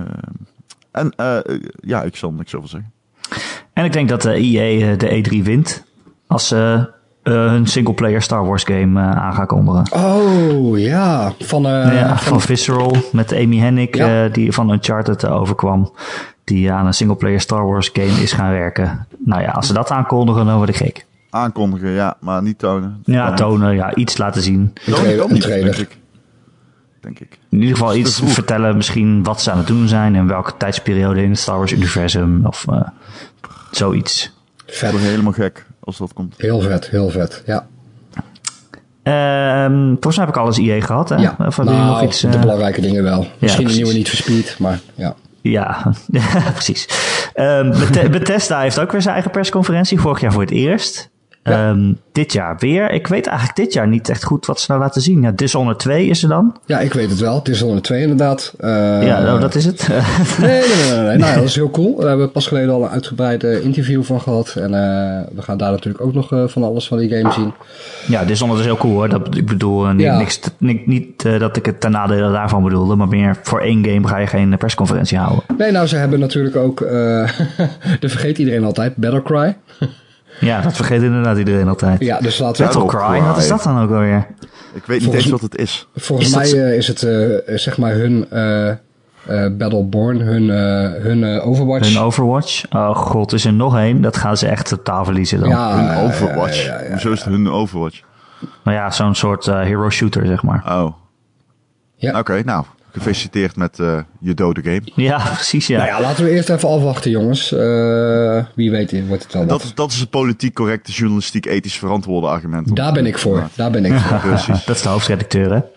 Ja. Ik zal niks over zeggen. En ik denk dat EA de E3 wint. Als ze hun singleplayer Star Wars game aan gaan kondigen. Oh, ja. Van Visceral met Amy Hennig, die van Uncharted overkwam. Die aan een singleplayer Star Wars game is gaan werken. Nou ja, als ze dat aankondigen, dan word ik gek. Aankondigen, ja, maar niet tonen. Ja, tonen, ja, iets laten zien. Een trailer. Denk ik. In ieder geval iets vertellen, misschien wat ze aan het doen zijn en welke tijdsperiode in het Star Wars universum of zoiets. Vet. Ik ben helemaal gek als dat komt. Heel vet, ja. Volgens mij heb ik alles IE gehad, hè? Ja, of nog iets, de belangrijke dingen wel. Misschien een nieuwe niet verspeed, maar ja. Ja, precies. Bethesda heeft ook weer zijn eigen persconferentie. Vorig jaar voor het eerst. Dit jaar weer. Ik weet eigenlijk dit jaar niet echt goed wat ze nou laten zien. Ja, Dishonored 2 is er dan. Ja, ik weet het wel. Dishonored 2 inderdaad. Dat is het. Nee. Nou ja, dat is heel cool. Daar hebben we pas geleden al een uitgebreid interview van gehad. En we gaan daar natuurlijk ook nog van alles van die game zien. Ja, Dishonored is heel cool hoor. Ik bedoel, niet dat ik het ten nadele daarvan bedoelde. Maar meer voor één game ga je geen persconferentie houden. Nee, nou ze hebben natuurlijk ook... dat vergeet iedereen altijd. Battlecry. Ja, dat vergeet inderdaad iedereen altijd. Ja, dus laten we... Battlecry, wat is dat dan ook alweer? Ik weet niet eens wat het is. Volgens mij is het zeg maar hun Battleborn, hun Overwatch. Hun Overwatch? Oh god, is er nog één? Dat gaan ze echt totaal verliezen dan. Ja, hun Overwatch. Ja. Hoezo is het hun Overwatch? Nou ja, zo'n soort hero shooter, zeg maar. Oh. Ja. Oké, nou... Gefeliciteerd met je dode game. Ja, precies, ja. Nou ja, laten we eerst even afwachten, jongens. Wie weet wordt het wel wat. Dat is het politiek correcte, journalistiek, ethisch verantwoorde argument. Daar ben ik voor. Precies. Dat is de hoofdredacteur, hè?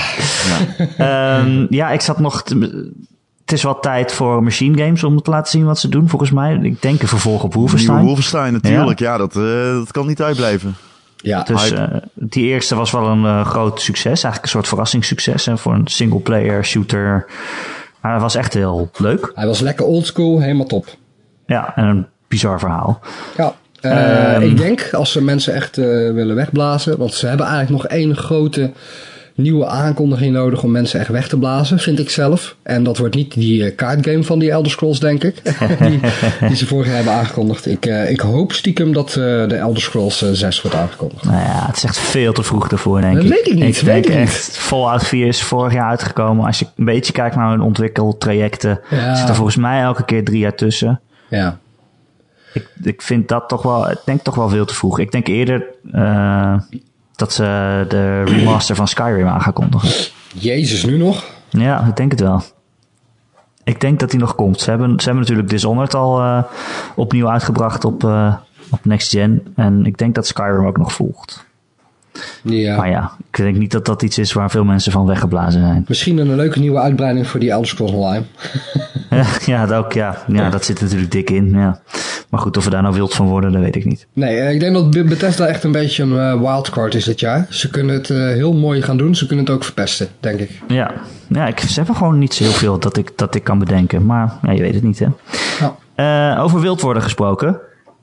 Ja. Ik zat nog... Het is wel tijd voor Machine Games om te laten zien wat ze doen, volgens mij. Ik denk een vervolg op Wolfenstein. Nieuwe Wolfenstein, natuurlijk. Ja, dat kan niet uitblijven. Ja, dus die eerste was wel een groot succes. Eigenlijk een soort verrassingssucces. En voor een single-player shooter. Maar hij was echt heel leuk. Hij was lekker oldschool, helemaal top. Ja, en een bizar verhaal. Ja, ik denk als ze mensen echt willen wegblazen. Want ze hebben eigenlijk nog één grote nieuwe aankondiging nodig om mensen echt weg te blazen, vind ik zelf. En dat wordt niet die kaartgame van die Elder Scrolls, denk ik. die ze vorig jaar hebben aangekondigd. Ik hoop stiekem dat de Elder Scrolls 6 wordt aangekondigd. Nou ja, het is echt veel te vroeg ervoor, denk ik. Dat weet ik niet. Ik denk echt, Fallout 4 is vorig jaar uitgekomen. Als je een beetje kijkt naar hun ontwikkeltrajecten, zit er volgens mij elke keer 3 jaar tussen. Ja. Ik vind dat toch wel, ik denk toch wel veel te vroeg. Ik denk eerder dat ze de remaster van Skyrim aan gaan kondigen. Jezus, nu nog? Ja, ik denk het wel. Ik denk dat die nog komt. Ze hebben natuurlijk Dishonored al opnieuw uitgebracht op Next Gen. En ik denk dat Skyrim ook nog volgt. Ja. Maar ja, ik denk niet dat dat iets is waar veel mensen van weggeblazen zijn. Misschien een leuke nieuwe uitbreiding voor die Elder Scrolls Online. Ja, dat ook, ja. Ja, dat zit natuurlijk dik in, ja. Maar goed, of we daar nou wild van worden, dat weet ik niet. Nee, ik denk dat Bethesda echt een beetje een wildcard is dit jaar. Ze kunnen het heel mooi gaan doen. Ze kunnen het ook verpesten, denk ik. Ja, ze hebben gewoon niet zo heel veel dat ik kan bedenken. Maar ja, je weet het niet, hè. Ja. Over wild worden gesproken.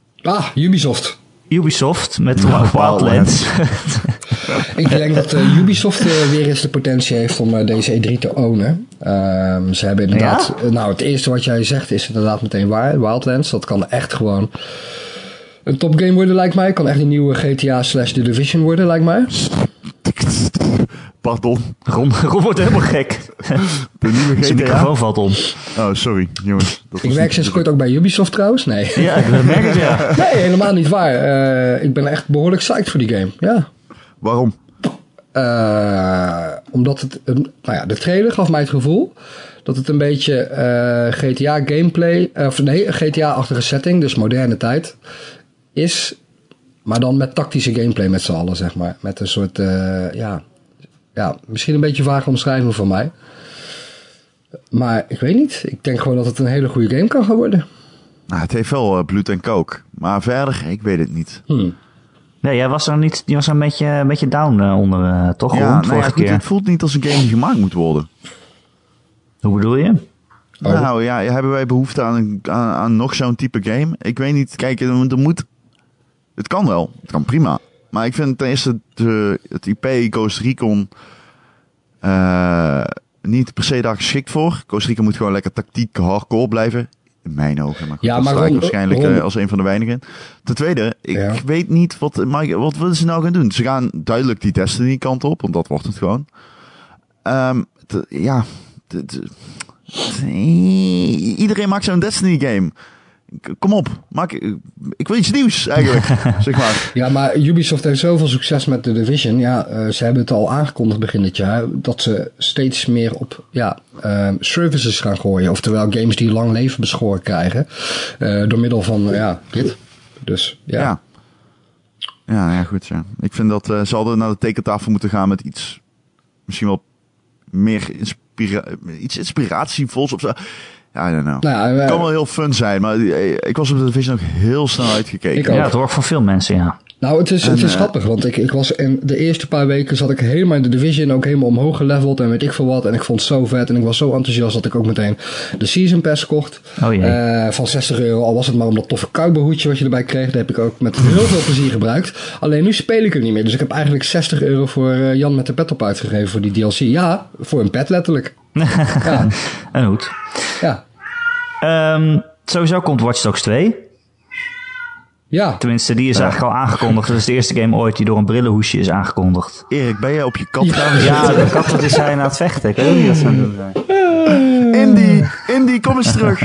Ubisoft met Wildlands. Ik denk dat Ubisoft weer eens de potentie heeft om deze E3 te ownen. Ze hebben inderdaad... Ja? Nou, het eerste wat jij zegt is inderdaad meteen waar. Wildlands, dat kan echt gewoon een topgame worden, lijkt mij. Kan echt een nieuwe GTA/The Division worden, lijkt mij. Pardon. Ron wordt helemaal gek. De nieuwe GTA? Zijn microfoon valt om. Oh, sorry, jongens. Ik werk sinds kort ook bij Ubisoft trouwens. Nee. Ja, ik merk het, ja. Nee, helemaal niet waar. Ik ben echt behoorlijk psyched voor die game. Ja. Waarom? Omdat het... de trailer gaf mij het gevoel dat het een beetje GTA gameplay... GTA-achtige setting, dus moderne tijd, is... Maar dan met tactische gameplay met z'n allen, zeg maar. Met een soort... misschien een beetje vage omschrijving van mij. Maar ik weet niet. Ik denk gewoon dat het een hele goede game kan gaan worden. Nou, het heeft wel bloed en kook. Maar verder, ik weet het niet. Nee, jij was er niet. Die was een beetje down onder, toch? Ja, vorige keer. Het voelt niet als een game die gemaakt moet worden. Hoe bedoel je? Nou ja, hebben wij behoefte aan nog zo'n type game? Ik weet niet. Kijk, er moet... Het kan wel. Het kan prima. Maar ik vind ten eerste het IP Ghost Recon niet per se daar geschikt voor. Ghost Recon moet gewoon lekker tactiek hardcore blijven. In mijn ogen. Maar goed, dat sta ik waarschijnlijk als een van de weinigen. Ten tweede, ik weet niet wat willen ze nou gaan doen. Ze gaan duidelijk die Destiny kant op, want dat wordt het gewoon. Iedereen maakt zo'n Destiny game. Kom op, ik wil iets nieuws eigenlijk, zeg maar. Ja, maar Ubisoft heeft zoveel succes met The Division. Ja, ze hebben het al aangekondigd begin dit jaar, dat ze steeds meer op services gaan gooien. Oftewel games die lang leven beschoren krijgen. Door middel van dit. Dus ja. Ja, goed. Ja. Ik vind dat ze hadden naar de tekentafel moeten gaan met iets, misschien wel meer inspiratievols of zo. Ja, I don't know. Nou, het kan wel heel fun zijn, maar ik was op de Division ook heel snel uitgekeken. Ja, het hoort van veel mensen, ja. Nou, het is grappig, want ik was in de eerste paar weken zat ik helemaal in de Division, ook helemaal omhoog geleveld en weet ik veel wat. En ik vond het zo vet en ik was zo enthousiast dat ik ook meteen de Season Pass kocht. Van €60, al was het maar om dat toffe cowboyhoedje wat je erbij kreeg. Dat heb ik ook met heel veel plezier gebruikt. Alleen nu speel ik er niet meer, dus ik heb eigenlijk €60 voor Jan met de pet op uitgegeven voor die DLC. Ja, voor een pet letterlijk. Ja. En goed. Ja. Sowieso komt Watch Dogs 2. Ja. Tenminste, die is eigenlijk al aangekondigd. Dat is de eerste game ooit die door een brillenhoesje is aangekondigd. Erik, ben jij op je kat gaan zitten? Ja, de kat is hij aan het vechten. Ik weet ook niet wat ze aan het doen zijn. Indy, kom eens terug.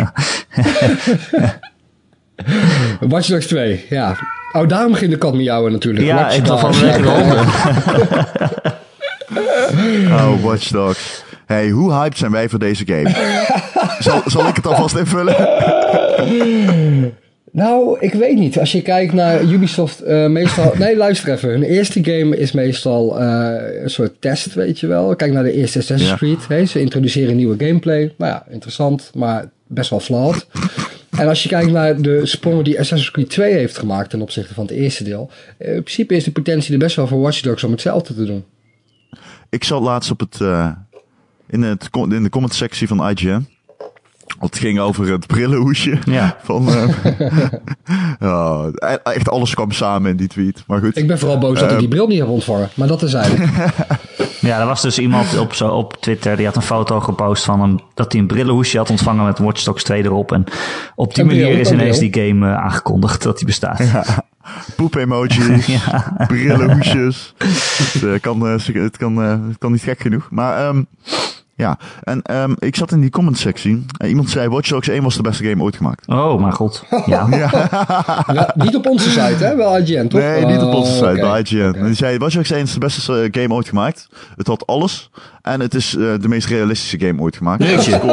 Watch Dogs 2, ja. Oh, daarom ging de kat miauwen natuurlijk. Ja, Watch ik dacht van lekker honden. Oh, Watch Dogs. Hey, hoe hyped zijn wij voor deze game? Zal ik het alvast invullen? Nou, ik weet niet. Als je kijkt naar Ubisoft, meestal... Nee, luister even. Hun eerste game is meestal een soort test, weet je wel. Kijk naar de eerste Assassin's Creed. Hey, ze introduceren nieuwe gameplay. Nou ja, interessant, maar best wel flawed. En als je kijkt naar de sprongen die Assassin's Creed 2 heeft gemaakt ten opzichte van het eerste deel. In principe is de potentie er best wel voor Watch Dogs om hetzelfde te doen. Ik zat laatst op in de comment sectie van IGN. Het ging over het brillenhoesje. Ja. Echt alles kwam samen in die tweet. Maar goed. Ik ben vooral boos dat ik die bril niet heb ontvangen. Maar dat is eigenlijk. Ja, er was dus iemand op Twitter, die had een foto gepost van dat hij een brillenhoesje had ontvangen met Watch Dogs 2 erop. En op die manier is ineens die game aangekondigd dat die bestaat. Ja. Poep-emojis, brillenhoesjes. Het kan niet gek genoeg. Maar ja, en ik zat in die comment-sectie. Iemand zei, Watch Dogs 1 was de beste game ooit gemaakt. Oh, mijn god. Ja. Ja, niet op onze site, hè? Wel IGN, toch? Nee, niet op onze site, bij IGN. Okay. En die zei, Watch Dogs 1 is de beste game ooit gemaakt. Het had alles. En het is de meest realistische game ooit gemaakt.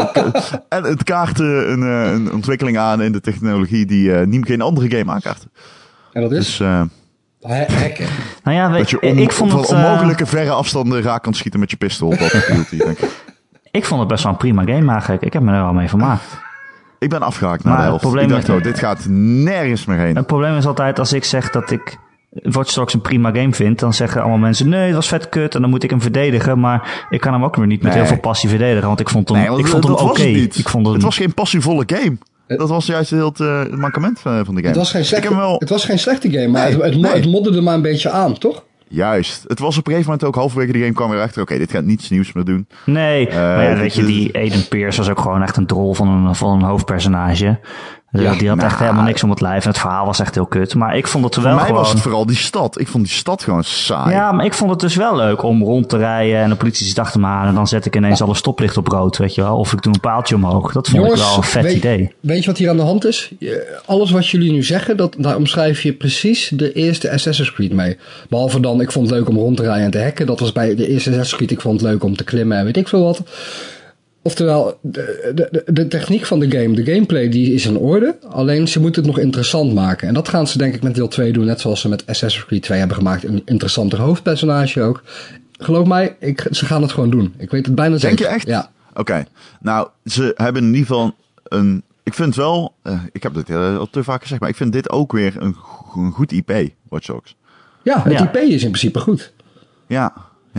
En het kaart een ontwikkeling aan in de technologie die geen andere game aankaart. En dat is? Dus, hacken. Nou ja, dat je ik vond het onmogelijke verre afstanden raak kan schieten met je pistool. Dat bedoelt hij, denk ik. Ik vond het best wel een prima game eigenlijk. Ik heb me er wel mee vermaakt. Ik ben afgehaakt naar de helft. Ik dacht, dit gaat nergens meer heen. Het probleem is altijd, als ik zeg dat ik Watch Dogs een prima game vind, dan zeggen allemaal mensen, nee, het was vet kut en dan moet ik hem verdedigen. Maar ik kan hem ook weer niet met heel veel passie verdedigen, want ik vond hem oké. Het was geen passievolle game. Dat was juist het mankement van de game. Het was geen slechte game, maar het modderde maar een beetje aan, toch? Juist. Het was op een gegeven moment ook halverwege de game kwam weer achter. Oké, dit gaat niets nieuws meer doen. Nee, maar ja, weet je, die Aiden Pierce was ook gewoon echt een drol van een hoofdpersonage. Die had echt helemaal niks om het lijf. En het verhaal was echt heel kut. Maar ik vond het wel Voor mij was het vooral die stad. Ik vond die stad gewoon saai. Ja, maar ik vond het dus wel leuk om rond te rijden en de politie zit achter me aan. En dan zet ik ineens alle stoplicht op rood, weet je wel. Of ik doe een paaltje omhoog. Dat vond ik wel een vet idee. Weet je wat hier aan de hand is? Alles wat jullie nu zeggen, daar omschrijf je precies de eerste Assassin's Creed mee. Behalve dan, ik vond het leuk om rond te rijden en te hacken. Dat was bij de eerste Assassin's Creed. Ik vond het leuk om te klimmen en weet ik veel wat. Oftewel, de techniek van de game, de gameplay, die is in orde. Alleen ze moeten het nog interessant maken. En dat gaan ze denk ik met deel 2 doen. Net zoals ze met Assassin's Creed 2 hebben gemaakt. Een interessanter hoofdpersonage ook. Geloof mij, ze gaan het gewoon doen. Ik weet het bijna zeker. Denk je echt? Ja. Oké. Nou, ze hebben in ieder geval een... Ik vind wel... ik heb dit al te vaak gezegd, maar ik vind dit ook weer een goed IP, Watch Dogs. Ja, het IP is in principe goed. Ja.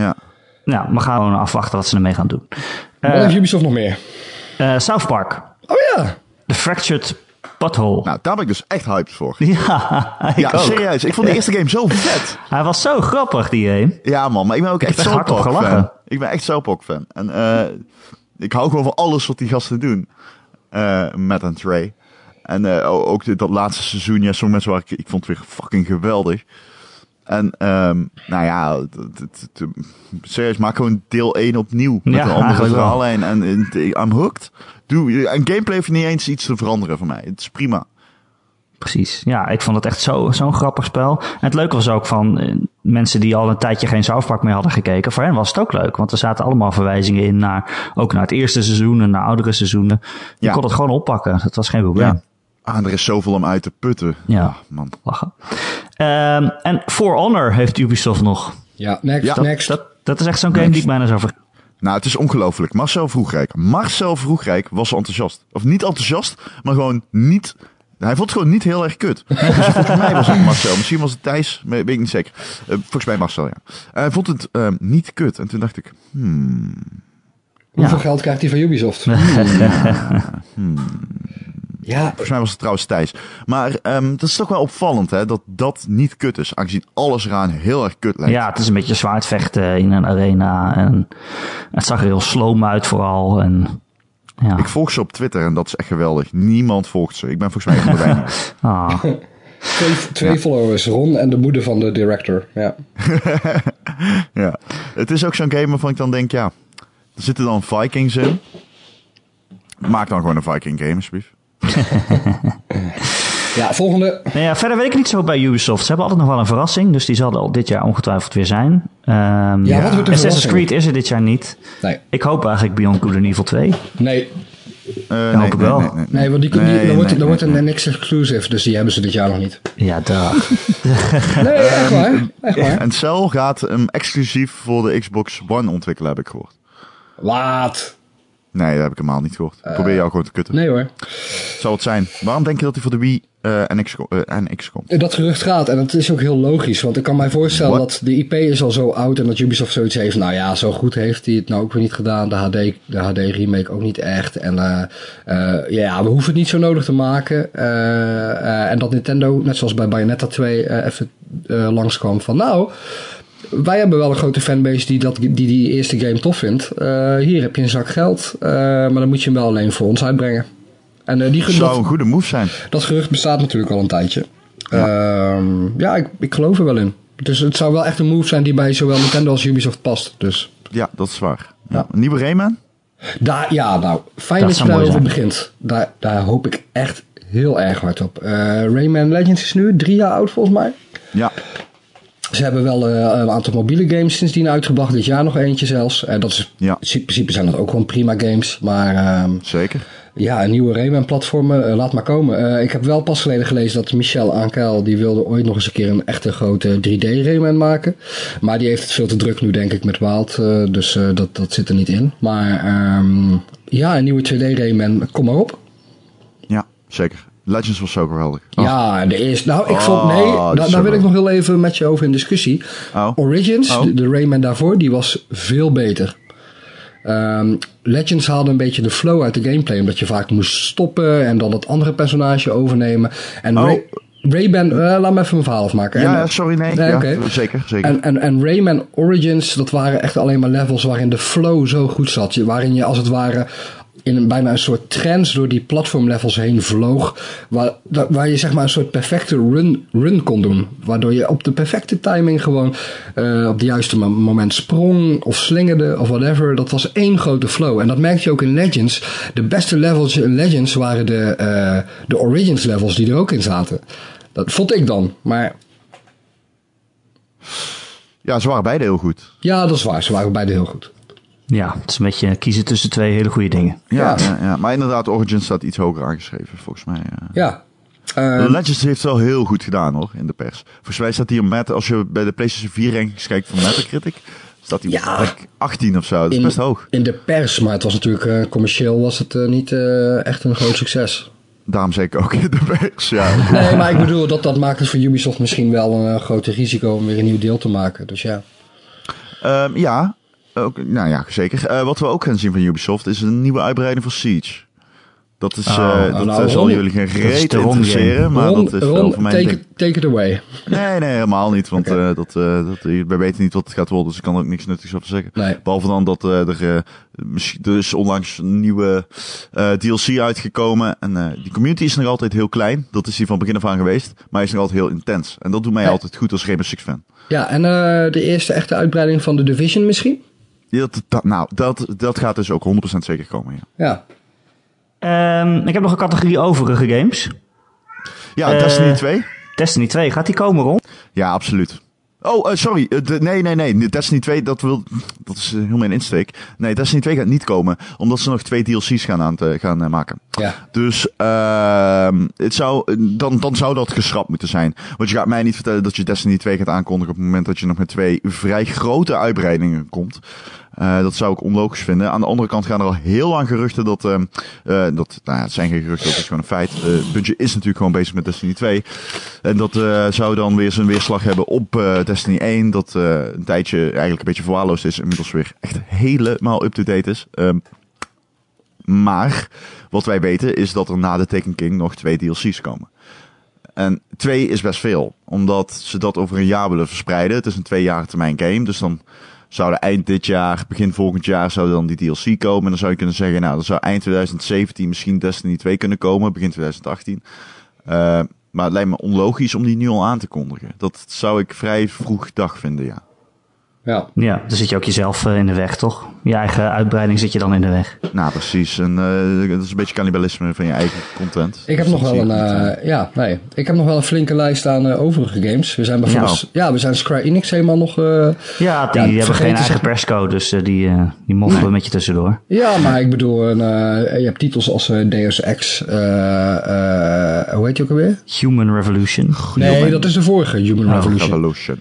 Nou, we gaan gewoon afwachten wat ze ermee gaan doen. Wat heeft Ubisoft nog meer? South Park. Oh ja. The Fractured Butthole. Nou, daar ben ik dus echt hyped voor. Ja, ik ook. Serieus. Ik vond de eerste game zo vet. Hij was zo grappig, die game. Ja man, maar ik ben ook echt South Park fan. Ik ben echt South Park fan. En ik hou gewoon van alles wat die gasten doen. Matt en Trey. En ook dat laatste seizoen, ja, sommige mensen ik vond het weer fucking geweldig. En nou ja, serieus, maak gewoon deel 1 opnieuw. Met een andere verhaallijn. En I'm hooked. En gameplay hoeft niet eens iets te veranderen voor mij. Het is prima. Precies. Ja, ik vond het echt zo'n grappig spel. En het leuke was ook van mensen die al een tijdje geen South Park meer hadden gekeken. Voor hen was het ook leuk. Want er zaten allemaal verwijzingen in ook naar het eerste seizoen en naar oudere seizoenen. Je kon het gewoon oppakken. Dat was geen probleem. Ja. Er is zoveel om uit te putten. Ja, man. Lachen. En For Honor heeft Ubisoft nog. Ja, next. Dat is echt zo'n game die ik bijna zo vergeten. Nou, het is ongelooflijk. Marcel Vroegrijk was enthousiast. Of niet enthousiast, maar gewoon niet Hij vond het gewoon niet heel erg kut. Dus volgens mij was het Marcel. Misschien was het Thijs. Weet ik niet zeker. Volgens mij Marcel, ja. Hij vond het niet kut. En toen dacht ik... Hoeveel geld krijgt hij van Ubisoft? Ja. Volgens mij was het trouwens Thijs. Maar dat is toch wel opvallend, hè? Dat niet kut is. Aangezien alles eraan heel erg kut lijkt. Ja, het is een beetje zwaardvechten in een arena. En het zag er heel sloom uit vooral. En, ja. Ik volg ze op Twitter en dat is echt geweldig. Niemand volgt ze. Ik ben volgens mij een van de weinigen. Twee followers. Ron en de moeder van de director. Ja. Ja. Het is ook zo'n game waarvan ik dan denk, ja... Er zitten dan Vikings in. Maak dan gewoon een Viking game, alsjeblieft. Ja, volgende. Nou ja, verder weet ik niet zo bij Ubisoft. Ze hebben altijd nog wel een verrassing. Dus die zal er al dit jaar ongetwijfeld weer zijn. Wat wordt de Assassin's Creed is er dit jaar niet. Nee. Ik hoop eigenlijk Beyond Good and Evil 2. Nee. Hoop ik wel. Nee, want dan wordt een NX exclusive. Dus die hebben ze dit jaar nog niet. Ja, daar. Nee, echt waar. En Cell gaat hem exclusief voor de Xbox One ontwikkelen, heb ik gehoord. Wat? Nee, dat heb ik helemaal niet gehoord. Ik probeer jou gewoon te kutten. Nee hoor. Zou het zijn. Waarom denk je dat hij voor de Wii NX komt? Dat gerucht gaat. En dat is ook heel logisch. Want ik kan mij voorstellen dat de IP is al zo oud. En dat Ubisoft zoiets heeft. Nou ja, zo goed heeft hij het nou ook weer niet gedaan. De HD remake ook niet echt. En we hoeven het niet zo nodig te maken. En dat Nintendo, net zoals bij Bayonetta 2, even langskwam van nou... Wij hebben wel een grote fanbase die eerste game tof vindt. Hier heb je een zak geld. Maar dan moet je hem wel alleen voor ons uitbrengen. En zou een goede move zijn. Dat gerucht bestaat natuurlijk al een tijdje. Ik geloof er wel in. Dus het zou wel echt een move zijn die bij zowel Nintendo als Ubisoft past. Dus. Ja, dat is waar. Ja. Een nieuwe Rayman? Fijn dat je daarover begint. Daar hoop ik echt heel erg hard op. Rayman Legends is nu 3 jaar oud volgens mij. Ja. Ze hebben wel een aantal mobiele games sindsdien uitgebracht. Dit jaar nog eentje zelfs. Dat is, in principe zijn dat ook gewoon prima games. Maar zeker. Ja, een nieuwe Rayman-platformen, laat maar komen. Ik heb wel pas geleden gelezen dat Michel Ankel... die wilde ooit nog eens een keer een echte grote 3D-Rayman maken. Maar die heeft het veel te druk nu, denk ik, met Wild. Dus dat zit er niet in. Maar een nieuwe 2D-Rayman, kom maar op. Ja, zeker. Legends was zo geweldig. Ja, de eerste... Nou, ik vond... Nee, daar wil ik nog heel even met je over in discussie. Origins, de Rayman daarvoor, die was veel beter. Legends haalde een beetje de flow uit de gameplay, omdat je vaak moest stoppen en dan dat andere personage overnemen. En Rayman, laat me even mijn verhaal afmaken. Ja, sorry, nee. Okay. Zeker. En Rayman Origins, dat waren echt alleen maar levels waarin de flow zo goed zat. Waarin je als het ware in bijna een soort trance door die platformlevels heen vloog. Waar je zeg maar een soort perfecte run kon doen. Waardoor je op de perfecte timing gewoon op de juiste moment sprong of slingerde of whatever. Dat was één grote flow. En dat merkte je ook in Legends. De beste levels in Legends waren de Origins levels die er ook in zaten. Dat vond ik dan. Maar ja, ze waren beide heel goed. Ja, dat is waar. Ze waren beide heel goed. Ja, het is een beetje kiezen tussen twee hele goede dingen. Ja. Maar inderdaad, Origins staat iets hoger aangeschreven, volgens mij. Ja. Legends heeft het wel heel goed gedaan, hoor, in de pers. Volgens mij staat hier als je bij de PlayStation 4 rankings kijkt van Metacritic, staat hij op 18 of zo. Dat is best hoog. In de pers, maar het was natuurlijk commercieel was het niet echt een groot succes. Daarom zeker ook in de pers, ja. Nee, maar ik bedoel, dat maakt het voor Ubisoft misschien wel een grote risico om weer een nieuw deel te maken. Dus ja. Ook, nou ja, zeker. Wat we ook gaan zien van Ubisoft is een nieuwe uitbreiding van Siege. Dat is, zal jullie geen reet interesseren, maar dat is wel voor mij... Take it away. Nee, helemaal niet, want wij weten niet wat het gaat worden, dus ik kan er ook niks nuttigs over zeggen. Nee. Behalve dan dat er is onlangs een nieuwe DLC uitgekomen en die community is nog altijd heel klein. Dat is die van begin af aan geweest, maar hij is nog altijd heel intens. En dat doet mij altijd goed als Rainbow Six fan. Ja, en de eerste echte uitbreiding van The Division misschien? Dat gaat dus ook 100% zeker komen, ja. Ik heb nog een categorie overige games. Ja, Destiny 2. Destiny 2, gaat die komen, Ron? Ja, absoluut. Oh, sorry. Nee. Destiny 2, dat is heel mijn insteek. Nee, Destiny 2 gaat niet komen, omdat ze nog 2 DLC's gaan maken. Ja. Dus dan zou dat geschrapt moeten zijn. Want je gaat mij niet vertellen dat je Destiny 2 gaat aankondigen op het moment dat je nog met 2 vrij grote uitbreidingen komt. Dat zou ik onlogisch vinden. Aan de andere kant gaan er al heel lang geruchten dat het zijn geen geruchten, dat is gewoon een feit. Bungie is natuurlijk gewoon bezig met Destiny 2. En dat zou dan weer zijn weerslag hebben op Destiny 1. Dat een tijdje eigenlijk een beetje verwaarloosd is. Inmiddels weer echt helemaal up-to-date is. Maar wat wij weten is dat er na de Taken King nog 2 DLC's komen. En 2 is best veel. Omdat ze dat over een jaar willen verspreiden. Het is een 2-jarige termijn game. Dus dan zouden eind dit jaar, begin volgend jaar, zou dan die DLC komen. En dan zou je kunnen zeggen, nou, dan zou eind 2017 misschien Destiny 2 kunnen komen. Begin 2018. Maar het lijkt me onlogisch om die nu al aan te kondigen. Dat zou ik vrij vroeg dag vinden, ja. Ja, dan zit je ook jezelf in de weg, toch? Je eigen uitbreiding zit je dan in de weg. Nou, precies. En dat is een beetje cannibalisme van je eigen content. Ik heb nog wel ik heb nog wel een flinke lijst aan overige games. We zijn bijvoorbeeld, we zijn Square Enix helemaal nog. Die hebben geen eigen perscode, dus die moffelen met je tussendoor. Ja, maar ik bedoel, je hebt titels als Deus Ex, hoe heet die ook alweer? Human Revolution. Nee, dat is de vorige Human Revolution.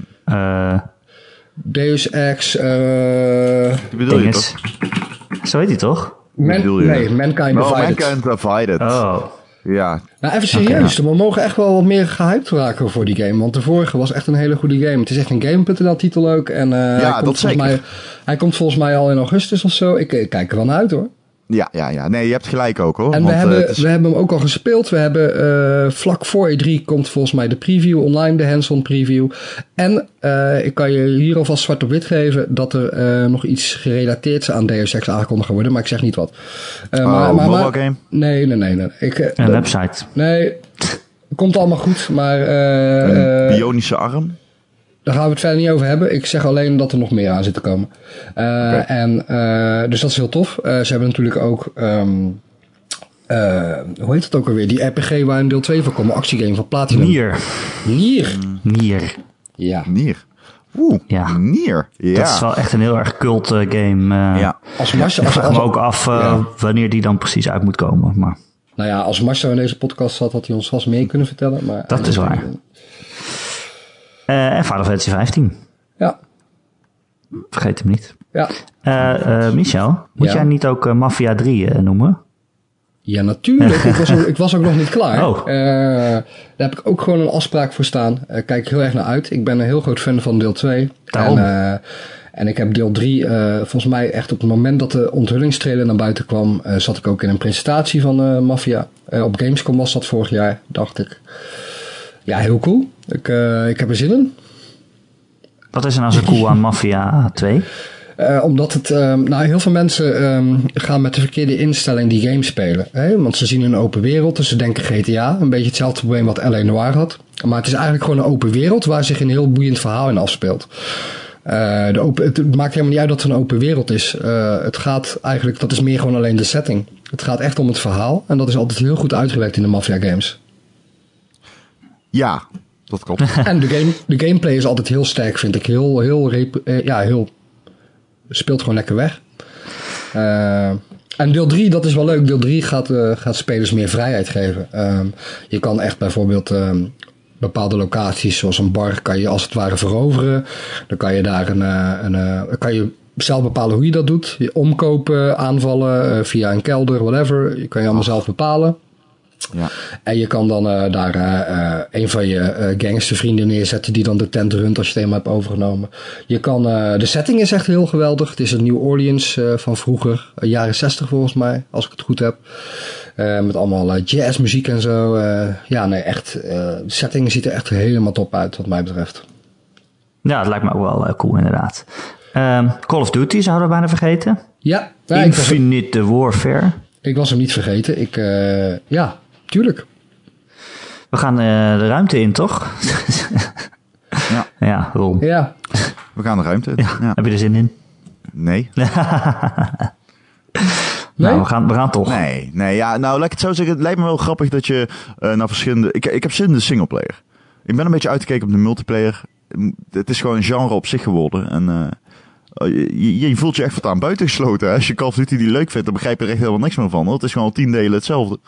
Deus Ex, bedoel je toch? Zo heet hij toch? Mankind Divided. Mankind Divided. Oh. Ja. Nou, even serieus. We mogen echt wel wat meer gehyped raken voor die game. Want de vorige was echt een hele goede game. Het is echt een Game.nl titel ook. En hij komt volgens mij al in augustus of zo. Ik kijk er wel naar uit, hoor. Ja. Nee, je hebt gelijk ook, hoor. En we hebben hem ook al gespeeld. We hebben vlak voor E3 komt volgens mij de preview online, de hands-on preview. En ik kan je hier alvast zwart op wit geven dat er nog iets gerelateerd aan Deus Ex aangekondigd gaat worden. Maar ik zeg niet wat. Mobile game? Nee. Een website? Nee, komt allemaal goed. Maar een bionische arm? Daar gaan we het verder niet over hebben. Ik zeg alleen dat er nog meer aan zit te komen. Dus dat is heel tof. Ze hebben natuurlijk ook hoe heet het ook alweer? Die RPG waar een deel 2 van komt. Actiegame van Platinum. Nier. Ja. Nier. Nier. Ja. Dat is wel echt een heel erg cult game. Ik vraag me ook af wanneer die dan precies uit moet komen. Maar. Nou ja, als Marcel in deze podcast zat, had hij ons vast meer kunnen vertellen. Maar dat is waar. En Final Fantasy 15. Ja. Vergeet hem niet. Ja. Michel, moet jij niet ook Mafia 3 noemen? Ja, natuurlijk. Ik was ook nog niet klaar. Daar heb ik ook gewoon een afspraak voor staan. Kijk ik heel erg naar uit. Ik ben een heel groot fan van deel 2. En ik heb deel 3, volgens mij echt op het moment dat de onthullingstrailer naar buiten kwam, zat ik ook in een presentatie van Mafia. Op Gamescom was dat vorig jaar, dacht ik. Ja, heel cool. Ik heb er zin in. Wat is er nou zo cool aan Mafia 2? Omdat het, heel veel mensen gaan met de verkeerde instelling die game spelen. Hè? Want ze zien een open wereld, dus ze denken GTA. Een beetje hetzelfde probleem wat L.A. Noire had. Maar het is eigenlijk gewoon een open wereld waar zich een heel boeiend verhaal in afspeelt. Het maakt helemaal niet uit dat het een open wereld is. Het gaat eigenlijk, dat is meer gewoon alleen de setting. Het gaat echt om het verhaal. En dat is altijd heel goed uitgewerkt in de Mafia games. Ja, dat klopt. En de gameplay is altijd heel sterk, vind ik. Heel speelt gewoon lekker weg. En deel 3, dat is wel leuk. Deel 3 gaat spelers meer vrijheid geven. Je kan echt bijvoorbeeld bepaalde locaties, zoals een bar, kan je als het ware veroveren. Dan kan je daar kan je zelf bepalen hoe je dat doet. Je omkopen, aanvallen, via een kelder, whatever. Je kan je allemaal zelf bepalen. Ja. En je kan dan daar een van je gangstervrienden neerzetten die dan de tent runt als je het eenmaal hebt overgenomen. Je kan, de setting is echt heel geweldig. Het is een New Orleans van vroeger, jaren 60 volgens mij, als ik het goed heb. Met allemaal jazzmuziek en zo. Echt. De setting ziet er echt helemaal top uit wat mij betreft. Ja, het lijkt me ook wel cool inderdaad. Call of Duty zouden we bijna vergeten. Ja. Infinite Warfare. Ik was hem niet vergeten. Tuurlijk. We gaan de ruimte in, toch? Ja, Ron. Ja. We gaan de ruimte in. Ja. Heb je er zin in? Nee. Nou, we gaan toch. Nee. Ja, nou, laat ik het zo zeggen. Het lijkt me wel grappig dat je naar verschillende... Ik heb zin in de singleplayer. Ik ben een beetje uitgekeken op de multiplayer. Het is gewoon een genre op zich geworden. En je voelt je echt wat aan buitengesloten. Hè? Als je Call of Duty die leuk vindt, dan begrijp je er echt helemaal niks meer van. Het is gewoon 10 delen hetzelfde.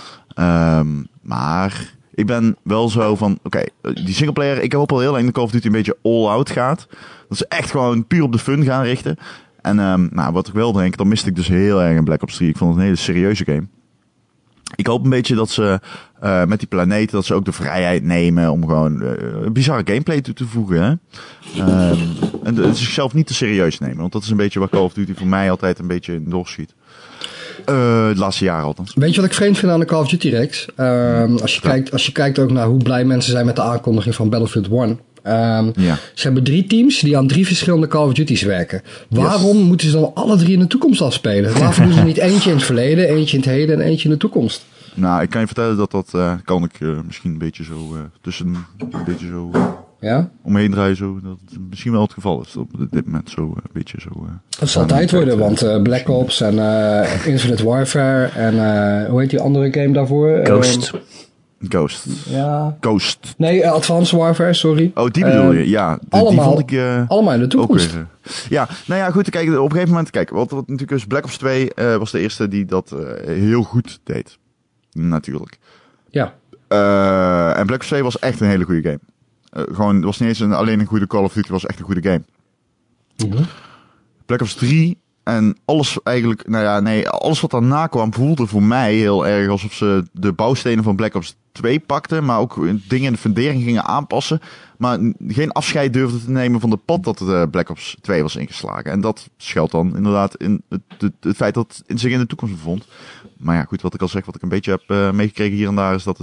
Maar ik ben wel zo van... Oké, die singleplayer... Ik hoop al heel lang dat Call of Duty een beetje all-out gaat. Dat ze echt gewoon puur op de fun gaan richten. En wat ik wel denk, dan miste ik dus heel erg in Black Ops 3. Ik vond het een hele serieuze game. Ik hoop een beetje dat ze met die planeten, dat ze ook de vrijheid nemen om gewoon bizarre gameplay toe te voegen. Hè? En zichzelf niet te serieus nemen. Want dat is een beetje waar Call of Duty voor mij altijd een beetje in doorschiet. Het laatste jaar althans. Weet je wat ik vreemd vind aan de Call of Duty, Rex? Als je kijkt ook naar hoe blij mensen zijn met de aankondiging van Battlefield 1. Ze hebben 3 teams die aan 3 verschillende Call of Duty's werken. Waarom moeten ze dan alle 3 in de toekomst afspelen? Waarom doen ze niet eentje in het verleden, eentje in het heden en eentje in de toekomst? Nou, ik kan je vertellen dat kan ik misschien een beetje zo tussen een beetje zo omheen draaien. Zo, dat het misschien wel het geval is. Op dit moment zo een beetje zo. Dat zal altijd worden, want Black Ops en Infinite Warfare en hoe heet die andere game daarvoor? Ghost. Ja. Ghost. Nee, Advanced Warfare, sorry. Oh, die bedoel je, ja. Allemaal, die vond ik, allemaal in de toekomst. Weer, ja, nou ja, goed. Kijk, op een gegeven moment, wat natuurlijk is, Black Ops 2 was de eerste die dat heel goed deed. Natuurlijk. Ja. En Black Ops 2 was echt een hele goede game. Gewoon, het was niet eens alleen een goede Call of Duty, het was echt een goede game. Mm-hmm. Black Ops 3 en alles eigenlijk, alles wat daarna kwam voelde voor mij heel erg alsof ze de bouwstenen van Black Ops 2 pakten, maar ook dingen in de fundering gingen aanpassen, maar geen afscheid durfden te nemen van de pad dat de Black Ops 2 was ingeslagen. En dat schuilt dan inderdaad in het feit dat het zich in de toekomst bevond. Maar ja, goed, wat ik al zeg, wat ik een beetje heb meegekregen hier en daar, is dat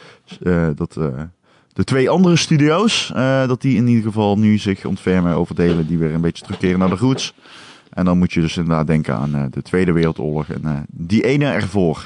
de 2 andere studio's, dat die in ieder geval nu zich ontfermen over delen die weer een beetje terugkeren naar de roots. En dan moet je dus inderdaad denken aan de Tweede Wereldoorlog en die ene ervoor.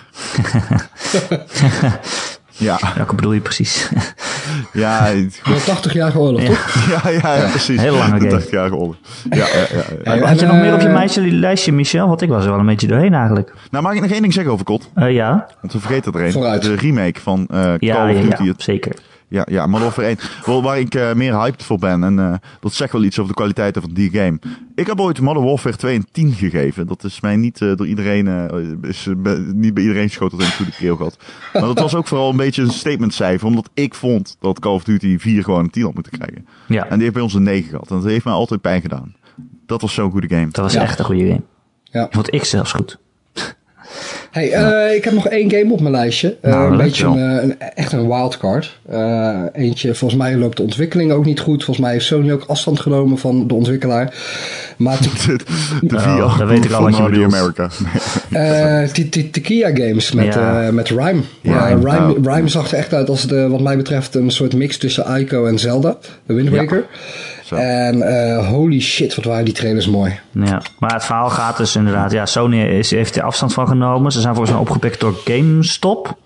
Ja. Welke bedoel je precies? Ja, de 80-jarige oorlog, toch? Ja, precies. Hele lange game. De 80-jarige oorlog. Ja. Had je nog meer op je lijstje, Michel? Want ik was er wel een beetje doorheen eigenlijk. Nou, mag ik nog één ding zeggen over COD? Ja. Want we vergeten er één. Vooruit. De remake van Call of Duty. Ja, zeker. Ja, Modern Warfare 1. Waar ik meer hyped voor ben. En dat zegt wel iets over de kwaliteiten van die game. Ik heb ooit Modern Warfare 2 een 10 gegeven. Dat is mij niet door iedereen... niet bij iedereen schoten dat ik een goede keel gehad. Maar dat was ook vooral een beetje een statementcijfer. Omdat ik vond dat Call of Duty 4 gewoon een 10 had moeten krijgen. Ja. En die heeft bij ons een 9 gehad. En dat heeft mij altijd pijn gedaan. Dat was zo'n goede game. Dat was echt een goede game. Ja. Vond ik zelfs goed. Hey, ik heb nog 1 game op mijn lijstje. Een beetje echt een wildcard. Eentje, volgens mij loopt de ontwikkeling ook niet goed. Volgens mij heeft Sony ook afstand genomen van de ontwikkelaar. Maar de VR. Dat weet ik al wat je bedoelt. America. Tequila Games met Rime. Rime zag er echt uit als wat mij betreft een soort mix tussen Ico en Zelda. De Wind Waker. Ja. En holy shit, wat waren die trailers mooi. Ja, maar het verhaal gaat dus inderdaad... Ja, Sony heeft er afstand van genomen. Ze zijn volgens mij opgepikt door GameStop.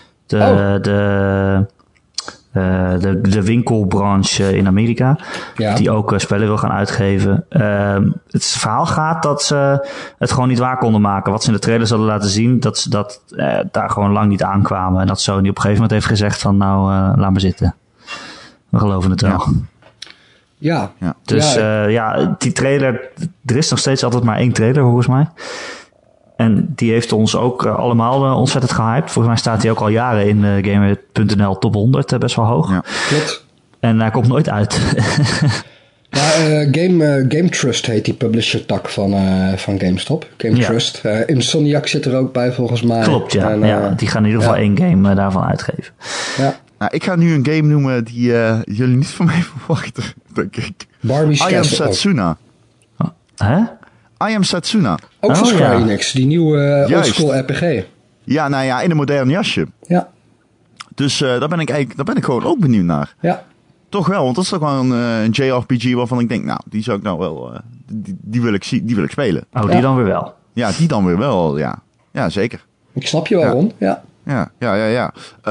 De winkelbranche in Amerika. Ja. Die ook spellen wil gaan uitgeven. Het verhaal gaat dat ze het gewoon niet waar konden maken. Wat ze in de trailers hadden laten zien. Dat ze daar gewoon lang niet aankwamen. En dat Sony op een gegeven moment heeft gezegd van... laat maar zitten. We geloven het wel. Ja. Dus die trailer... Er is nog steeds altijd maar 1 trailer volgens mij. En die heeft ons ook allemaal ontzettend gehyped. Volgens mij staat hij ook al jaren in Gamer.nl top 100. Best wel hoog. Ja. Klopt. En hij komt nooit uit. Game Trust heet die publisher tak van GameStop. Game Trust. Insomniac zit er ook bij volgens mij. Klopt, ja. En, die gaan in ieder geval 1 game daarvan uitgeven. Ja. Nou, ik ga nu een game noemen die jullie niet van mij verwachten, denk ik. Barbie's I Am Setsuna. Hè? I Am Setsuna. Ook van Square Enix, die nieuwe oldschool RPG. Ja, nou ja, in een modern jasje. Ja. Dus daar ben ik gewoon ook benieuwd naar. Ja. Toch wel, want dat is toch wel een JRPG waarvan ik denk, nou, die zou ik nou wel, die wil ik spelen. Oh, die dan weer wel? Ja, die dan weer wel, ja. Ja, zeker. Ik snap je wel, Ron. Ja. Ja.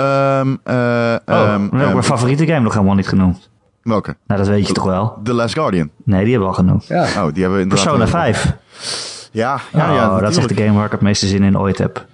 Mijn favoriete game nog helemaal niet genoemd. Welke? Nou, dat weet je toch wel? The Last Guardian. Nee, die hebben we al genoemd. Ja. Oh, die hebben we inderdaad. Persona 5. Ja, dat is echt de game waar ik het meeste zin in ooit heb.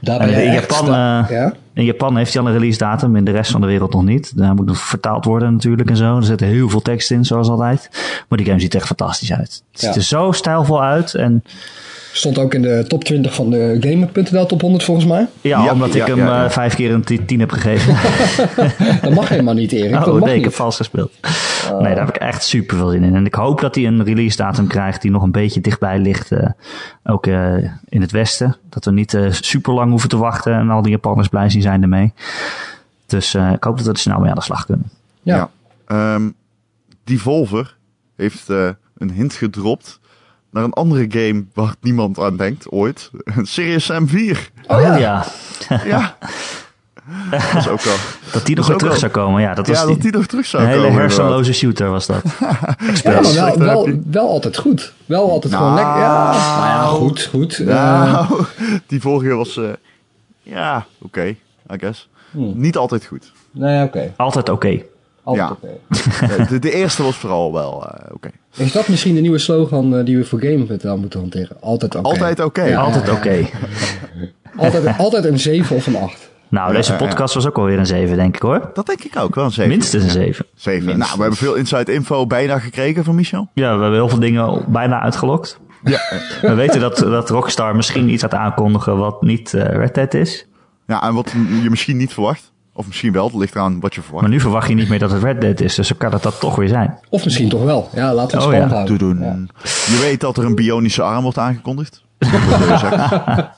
In Japan heeft hij al een release datum, in de rest van de wereld nog niet. Daar moet nog vertaald worden natuurlijk en zo. Er zit heel veel tekst in, zoals altijd. Maar die game ziet er echt fantastisch uit. Het ziet er zo stijlvol uit en... Stond ook in de top 20 van de Gamer.nl top 100 volgens mij. Ja, omdat ik hem 5 keer een 10 heb gegeven. Dat mag helemaal niet, Erik. Nee, ik heb vals gespeeld. Nee, daar heb ik echt super veel zin in. En ik hoop dat hij een release datum krijgt die nog een beetje dichtbij ligt. Ook in het westen. Dat we niet super lang hoeven te wachten en al die Japanners blij zien zijn ermee. Dus ik hoop dat we er snel mee aan de slag kunnen. Ja. Devolver heeft een hint gedropt naar een andere game waar niemand aan denkt ooit. Serious Sam 4. Oh ja. Ja. Dat is ook wel. Dat die nog weer terug zou komen. Ja, dat die nog terug zou komen. Een hele hersenloze shooter was dat. Ja, maar wel altijd goed. Wel altijd gewoon lekker. Ja, nou ja, goed. Die vorige was... oké, I guess. Niet altijd goed. Nee, oké. Altijd oké. Altijd oké. De eerste was vooral wel oké. Is dat misschien de nieuwe slogan die we voor Game.nl moeten hanteren? Altijd oké. Altijd oké. Ja, altijd oké. Altijd een 7 of een 8. Nou, deze podcast was ook alweer een 7, denk ik hoor. Dat denk ik ook, wel een 7. Minstens een 7. 7. Nou, we hebben veel inside info bijna gekregen van Michel. Ja, we hebben heel veel dingen bijna uitgelokt. Ja. We weten dat Rockstar misschien iets gaat aankondigen wat niet Red Dead is. Ja, en wat je misschien niet verwacht. Of misschien wel, het ligt eraan wat je verwacht. Maar nu verwacht je niet meer dat het Red Dead is, dus dan kan dat toch weer zijn. Of misschien toch wel. Ja, laten we het spannend houden. Ja. Je weet dat er een bionische arm wordt aangekondigd. Dat wil je zeggen.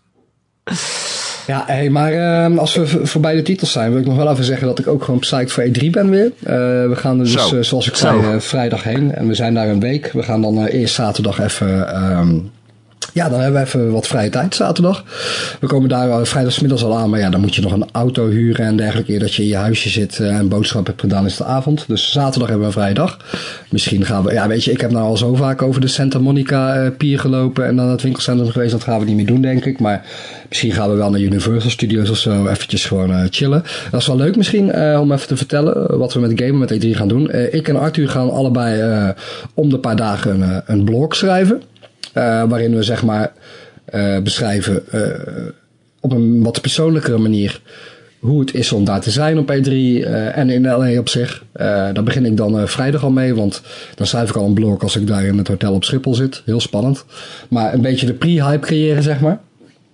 Ja, maar als we voorbij de titels zijn, wil ik nog wel even zeggen dat ik ook gewoon psyched voor E3 ben weer. We gaan er dus, zoals ik zei, vrijdag heen. En we zijn daar een week. We gaan dan eerst zaterdag even... dan hebben we even wat vrije tijd zaterdag. We komen daar vrijdagsmiddags al aan, maar dan moet je nog een auto huren en dergelijke. Eer dat je in je huisje zit en boodschap hebt gedaan is de avond. Dus zaterdag hebben we een vrije dag. Misschien gaan we, weet je, ik heb nou al zo vaak over de Santa Monica pier gelopen en dan het winkelcentrum geweest. Dat gaan we niet meer doen, denk ik. Maar misschien gaan we wel naar Universal Studios of zo, eventjes gewoon chillen. Dat is wel leuk misschien, om even te vertellen wat we met Gamen met E3 gaan doen. Ik en Arthur gaan allebei om de paar dagen een blog schrijven. Waarin we zeg maar beschrijven op een wat persoonlijkere manier hoe het is om daar te zijn op E3 en in LA op zich. Daar begin ik dan vrijdag al mee, want dan schrijf ik al een blog als ik daar in het hotel op Schiphol zit. Heel spannend. Maar een beetje de pre-hype creëren, zeg maar.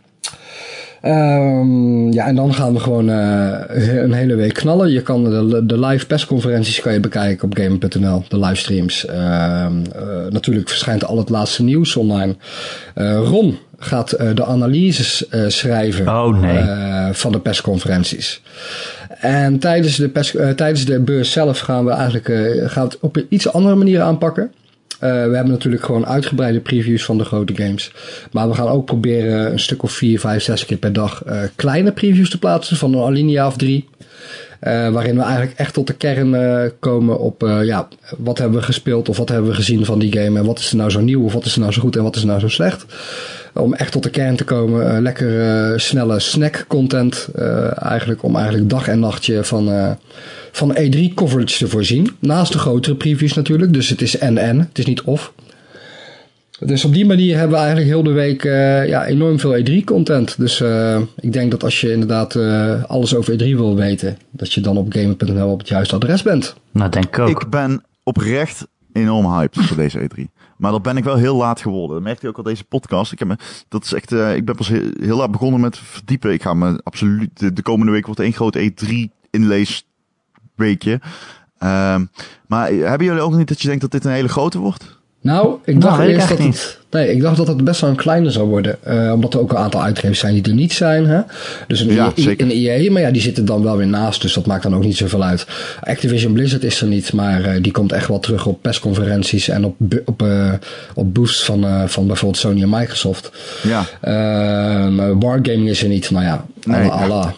En dan gaan we gewoon een hele week knallen. Je kan de live persconferenties kan je bekijken op Gamer.nl, de livestreams. Natuurlijk verschijnt al het laatste nieuws online. Ron gaat de analyses schrijven van de persconferenties. En tijdens de beurs zelf gaan we het op een iets andere manier aanpakken. We hebben natuurlijk gewoon uitgebreide previews van de grote games. Maar we gaan ook proberen een stuk of 4, 5, 6 keer per dag kleine previews te plaatsen van een alinea of 3. Waarin we eigenlijk echt tot de kern komen op wat hebben we gespeeld of wat hebben we gezien van die game. En wat is er nou zo nieuw of wat is er nou zo goed en wat is er nou zo slecht. Om echt tot de kern te komen. Lekker snelle snack content. Om eigenlijk dag en nachtje van E3 coverage te voorzien. Naast de grotere previews natuurlijk. Dus het is en. Het is niet of. Dus op die manier hebben we eigenlijk heel de week enorm veel E3 content. Dus ik denk dat als je inderdaad alles over E3 wil weten, dat je dan op Gamer.nl op het juiste adres bent. Nou, denk ik ook. Ik ben oprecht enorm hyped voor deze E3. Maar dat ben ik wel heel laat geworden. Dat merkte je ook al deze podcast. Ik ben pas heel laat begonnen met verdiepen. Ik ga me absoluut... De komende week wordt één groot E3 inleesweekje. Maar hebben jullie ook niet dat je denkt dat dit een hele grote wordt? Nou, ik dacht eerst dat het... Nee, ik dacht dat het best wel een kleine zou worden. Omdat er ook een aantal uitgevers zijn die er niet zijn. Hè? Dus een EA, maar die zitten dan wel weer naast. Dus dat maakt dan ook niet zoveel uit. Activision Blizzard is er niet, maar die komt echt wel terug op persconferenties en op booths van bijvoorbeeld Sony en Microsoft. Ja. Wargaming is er niet. Nou ja, Allah.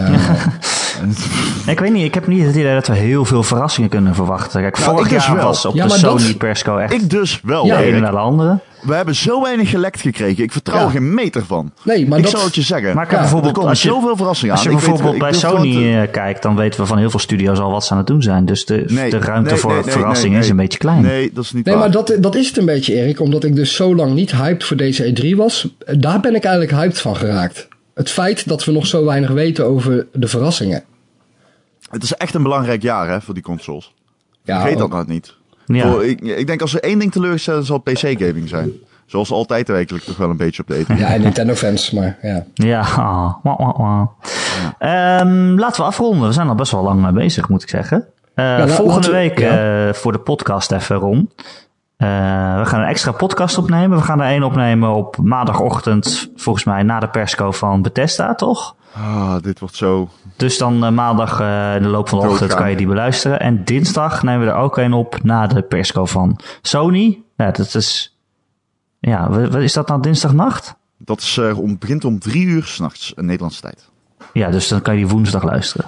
Ik weet niet, ik heb niet het idee dat we heel veel verrassingen kunnen verwachten. Kijk, vorig jaar was op de Sony persco echt ik dus wel, de ene naar de andere. We hebben zo weinig gelekt gekregen. Ik vertrouw er geen meter van. Nee, maar ik zal het je zeggen. Maar bijvoorbeeld, er komen zoveel verrassingen aan. Als je bijvoorbeeld bij Sony kijkt, dan weten we van heel veel studio's al wat ze aan het doen zijn. Dus de ruimte voor verrassingen is een beetje klein. Nee, dat is niet waar. Maar dat is het een beetje, Erik. Omdat ik dus zo lang niet hyped voor deze E3 was. Daar ben ik eigenlijk hyped van geraakt. Het feit dat we nog zo weinig weten over de verrassingen. Het is echt een belangrijk jaar hè, voor die consoles. Vergeet dat nou niet. Ja. Ik denk als er één ding teleurstellen zal het PC-gaming zijn. Zoals altijd eigenlijk toch wel een beetje op de E3. Ja, en Nintendo-fans, maar ja. Ja, laten we afronden. We zijn al best wel lang mee bezig, moet ik zeggen. Volgende week voor de podcast even, Ron. We gaan een extra podcast opnemen. We gaan er één opnemen op maandagochtend, volgens mij na de persco van Bethesda, toch? Dit wordt zo... Dus dan maandag in de loop van de ochtend kan je die beluisteren. En dinsdag nemen we er ook een op na de persco van Sony. Ja, dat is... Ja, wat is dat nou, dinsdagnacht? Dat is, begint om 3 uur 's nachts, Nederlandse tijd. Ja, dus dan kan je die woensdag luisteren.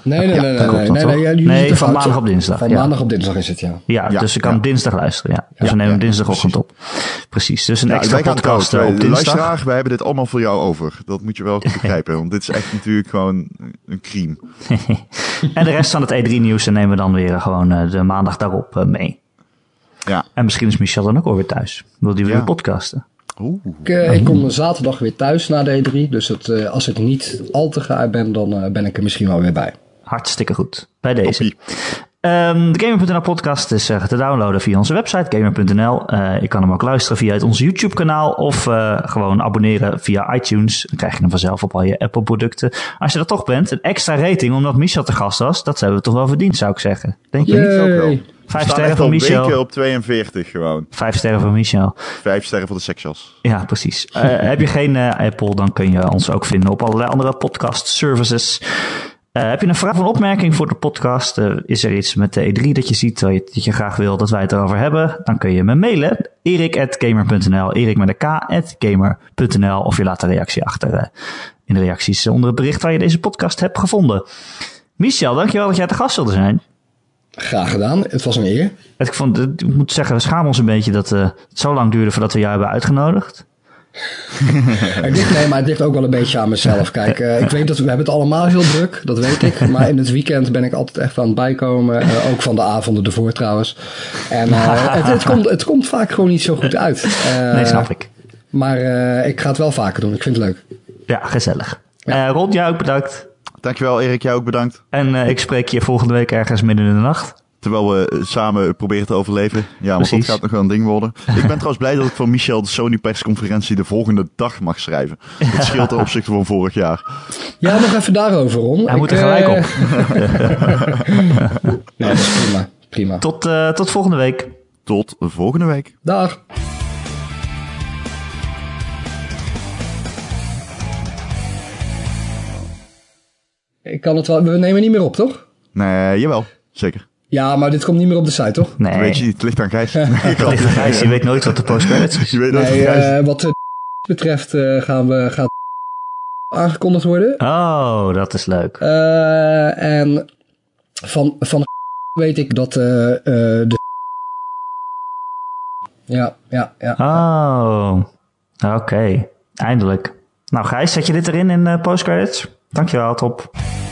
Nee, van maandag op dinsdag. Van maandag op dinsdag is het, ja. Ja, dus je kan dinsdag luisteren, ja. Dus we nemen hem dinsdagochtend op. Precies, dus een extra podcast op dinsdag. Luisteraar, wij hebben dit allemaal voor jou over. Dat moet je wel goed begrijpen, want dit is echt natuurlijk gewoon een crime. En de rest van het E3-nieuws nemen we dan weer gewoon de maandag daarop mee. Ja. En misschien is Michel dan ook alweer thuis. Wil die weer podcasten? Ik kom zaterdag weer thuis na de E3. Dus als ik niet al te gaar ben, dan ben ik er misschien wel weer bij. Hartstikke goed. Bij deze. De Gamer.nl podcast is te downloaden via onze website Gamer.nl. Je kan hem ook luisteren via ons YouTube kanaal of gewoon abonneren via iTunes. Dan krijg je hem vanzelf op al je Apple producten. Als je er toch bent, een extra rating omdat Michel te gast was. Dat hebben we toch wel verdiend, zou ik zeggen. Denk je niet? Ook wel. 5 sterren van Michel. Een week op 42 gewoon. 5 sterren van Michel. 5 sterren voor de Sexuals. Ja, precies. Heb je geen Apple, dan kun je ons ook vinden op allerlei andere podcast services. Heb je een vraag of een opmerking voor de podcast? Is er iets met de E3 dat je ziet dat je graag wil dat wij het erover hebben? Dan kun je me mailen. Erik@gamer.nl. Erik met een K@gamer.nl. Of je laat een reactie achter in de reacties onder het bericht waar je deze podcast hebt gevonden. Michel, dankjewel dat jij te gast wilde zijn. Graag gedaan. Het was een eer. Ik moet zeggen, we schamen ons een beetje dat het zo lang duurde voordat we jou hebben uitgenodigd. Maar het ligt ook wel een beetje aan mezelf. Kijk, ik weet dat we hebben het allemaal heel druk, dat weet ik. Maar in het weekend ben ik altijd echt aan het bijkomen. Ook van de avonden ervoor trouwens. En het komt vaak gewoon niet zo goed uit. Nee, snap ik. Maar ik ga het wel vaker doen. Ik vind het leuk. Ja, gezellig. Ron, jij ook bedankt. Dankjewel Erik, jij ook bedankt. En ik spreek je volgende week ergens midden in de nacht. Terwijl we samen proberen te overleven. Ja, want dat gaat nog wel een ding worden. Ik ben trouwens blij dat ik van Michel de Sony persconferentie de volgende dag mag schrijven. Dat scheelt ten opzichte van vorig jaar. Ja, nog even daarover, Ron. Hij moet er gelijk op. Nee, dat is prima. Tot volgende week. Tot volgende week. Dag. Ik kan het wel. We nemen niet meer op, toch? Nee, jawel. Zeker. Ja, maar dit komt niet meer op de site, toch? Nee. Weet je, het ligt aan Gijs. Je weet nooit wat de postcredits is. Je weet nooit wat de betreft gaat aangekondigd worden. Oh, dat is leuk. En van weet ik dat de... Ja. Oh, oké. Eindelijk. Nou Gijs, zet je dit erin in postcredits? Dankjewel, top.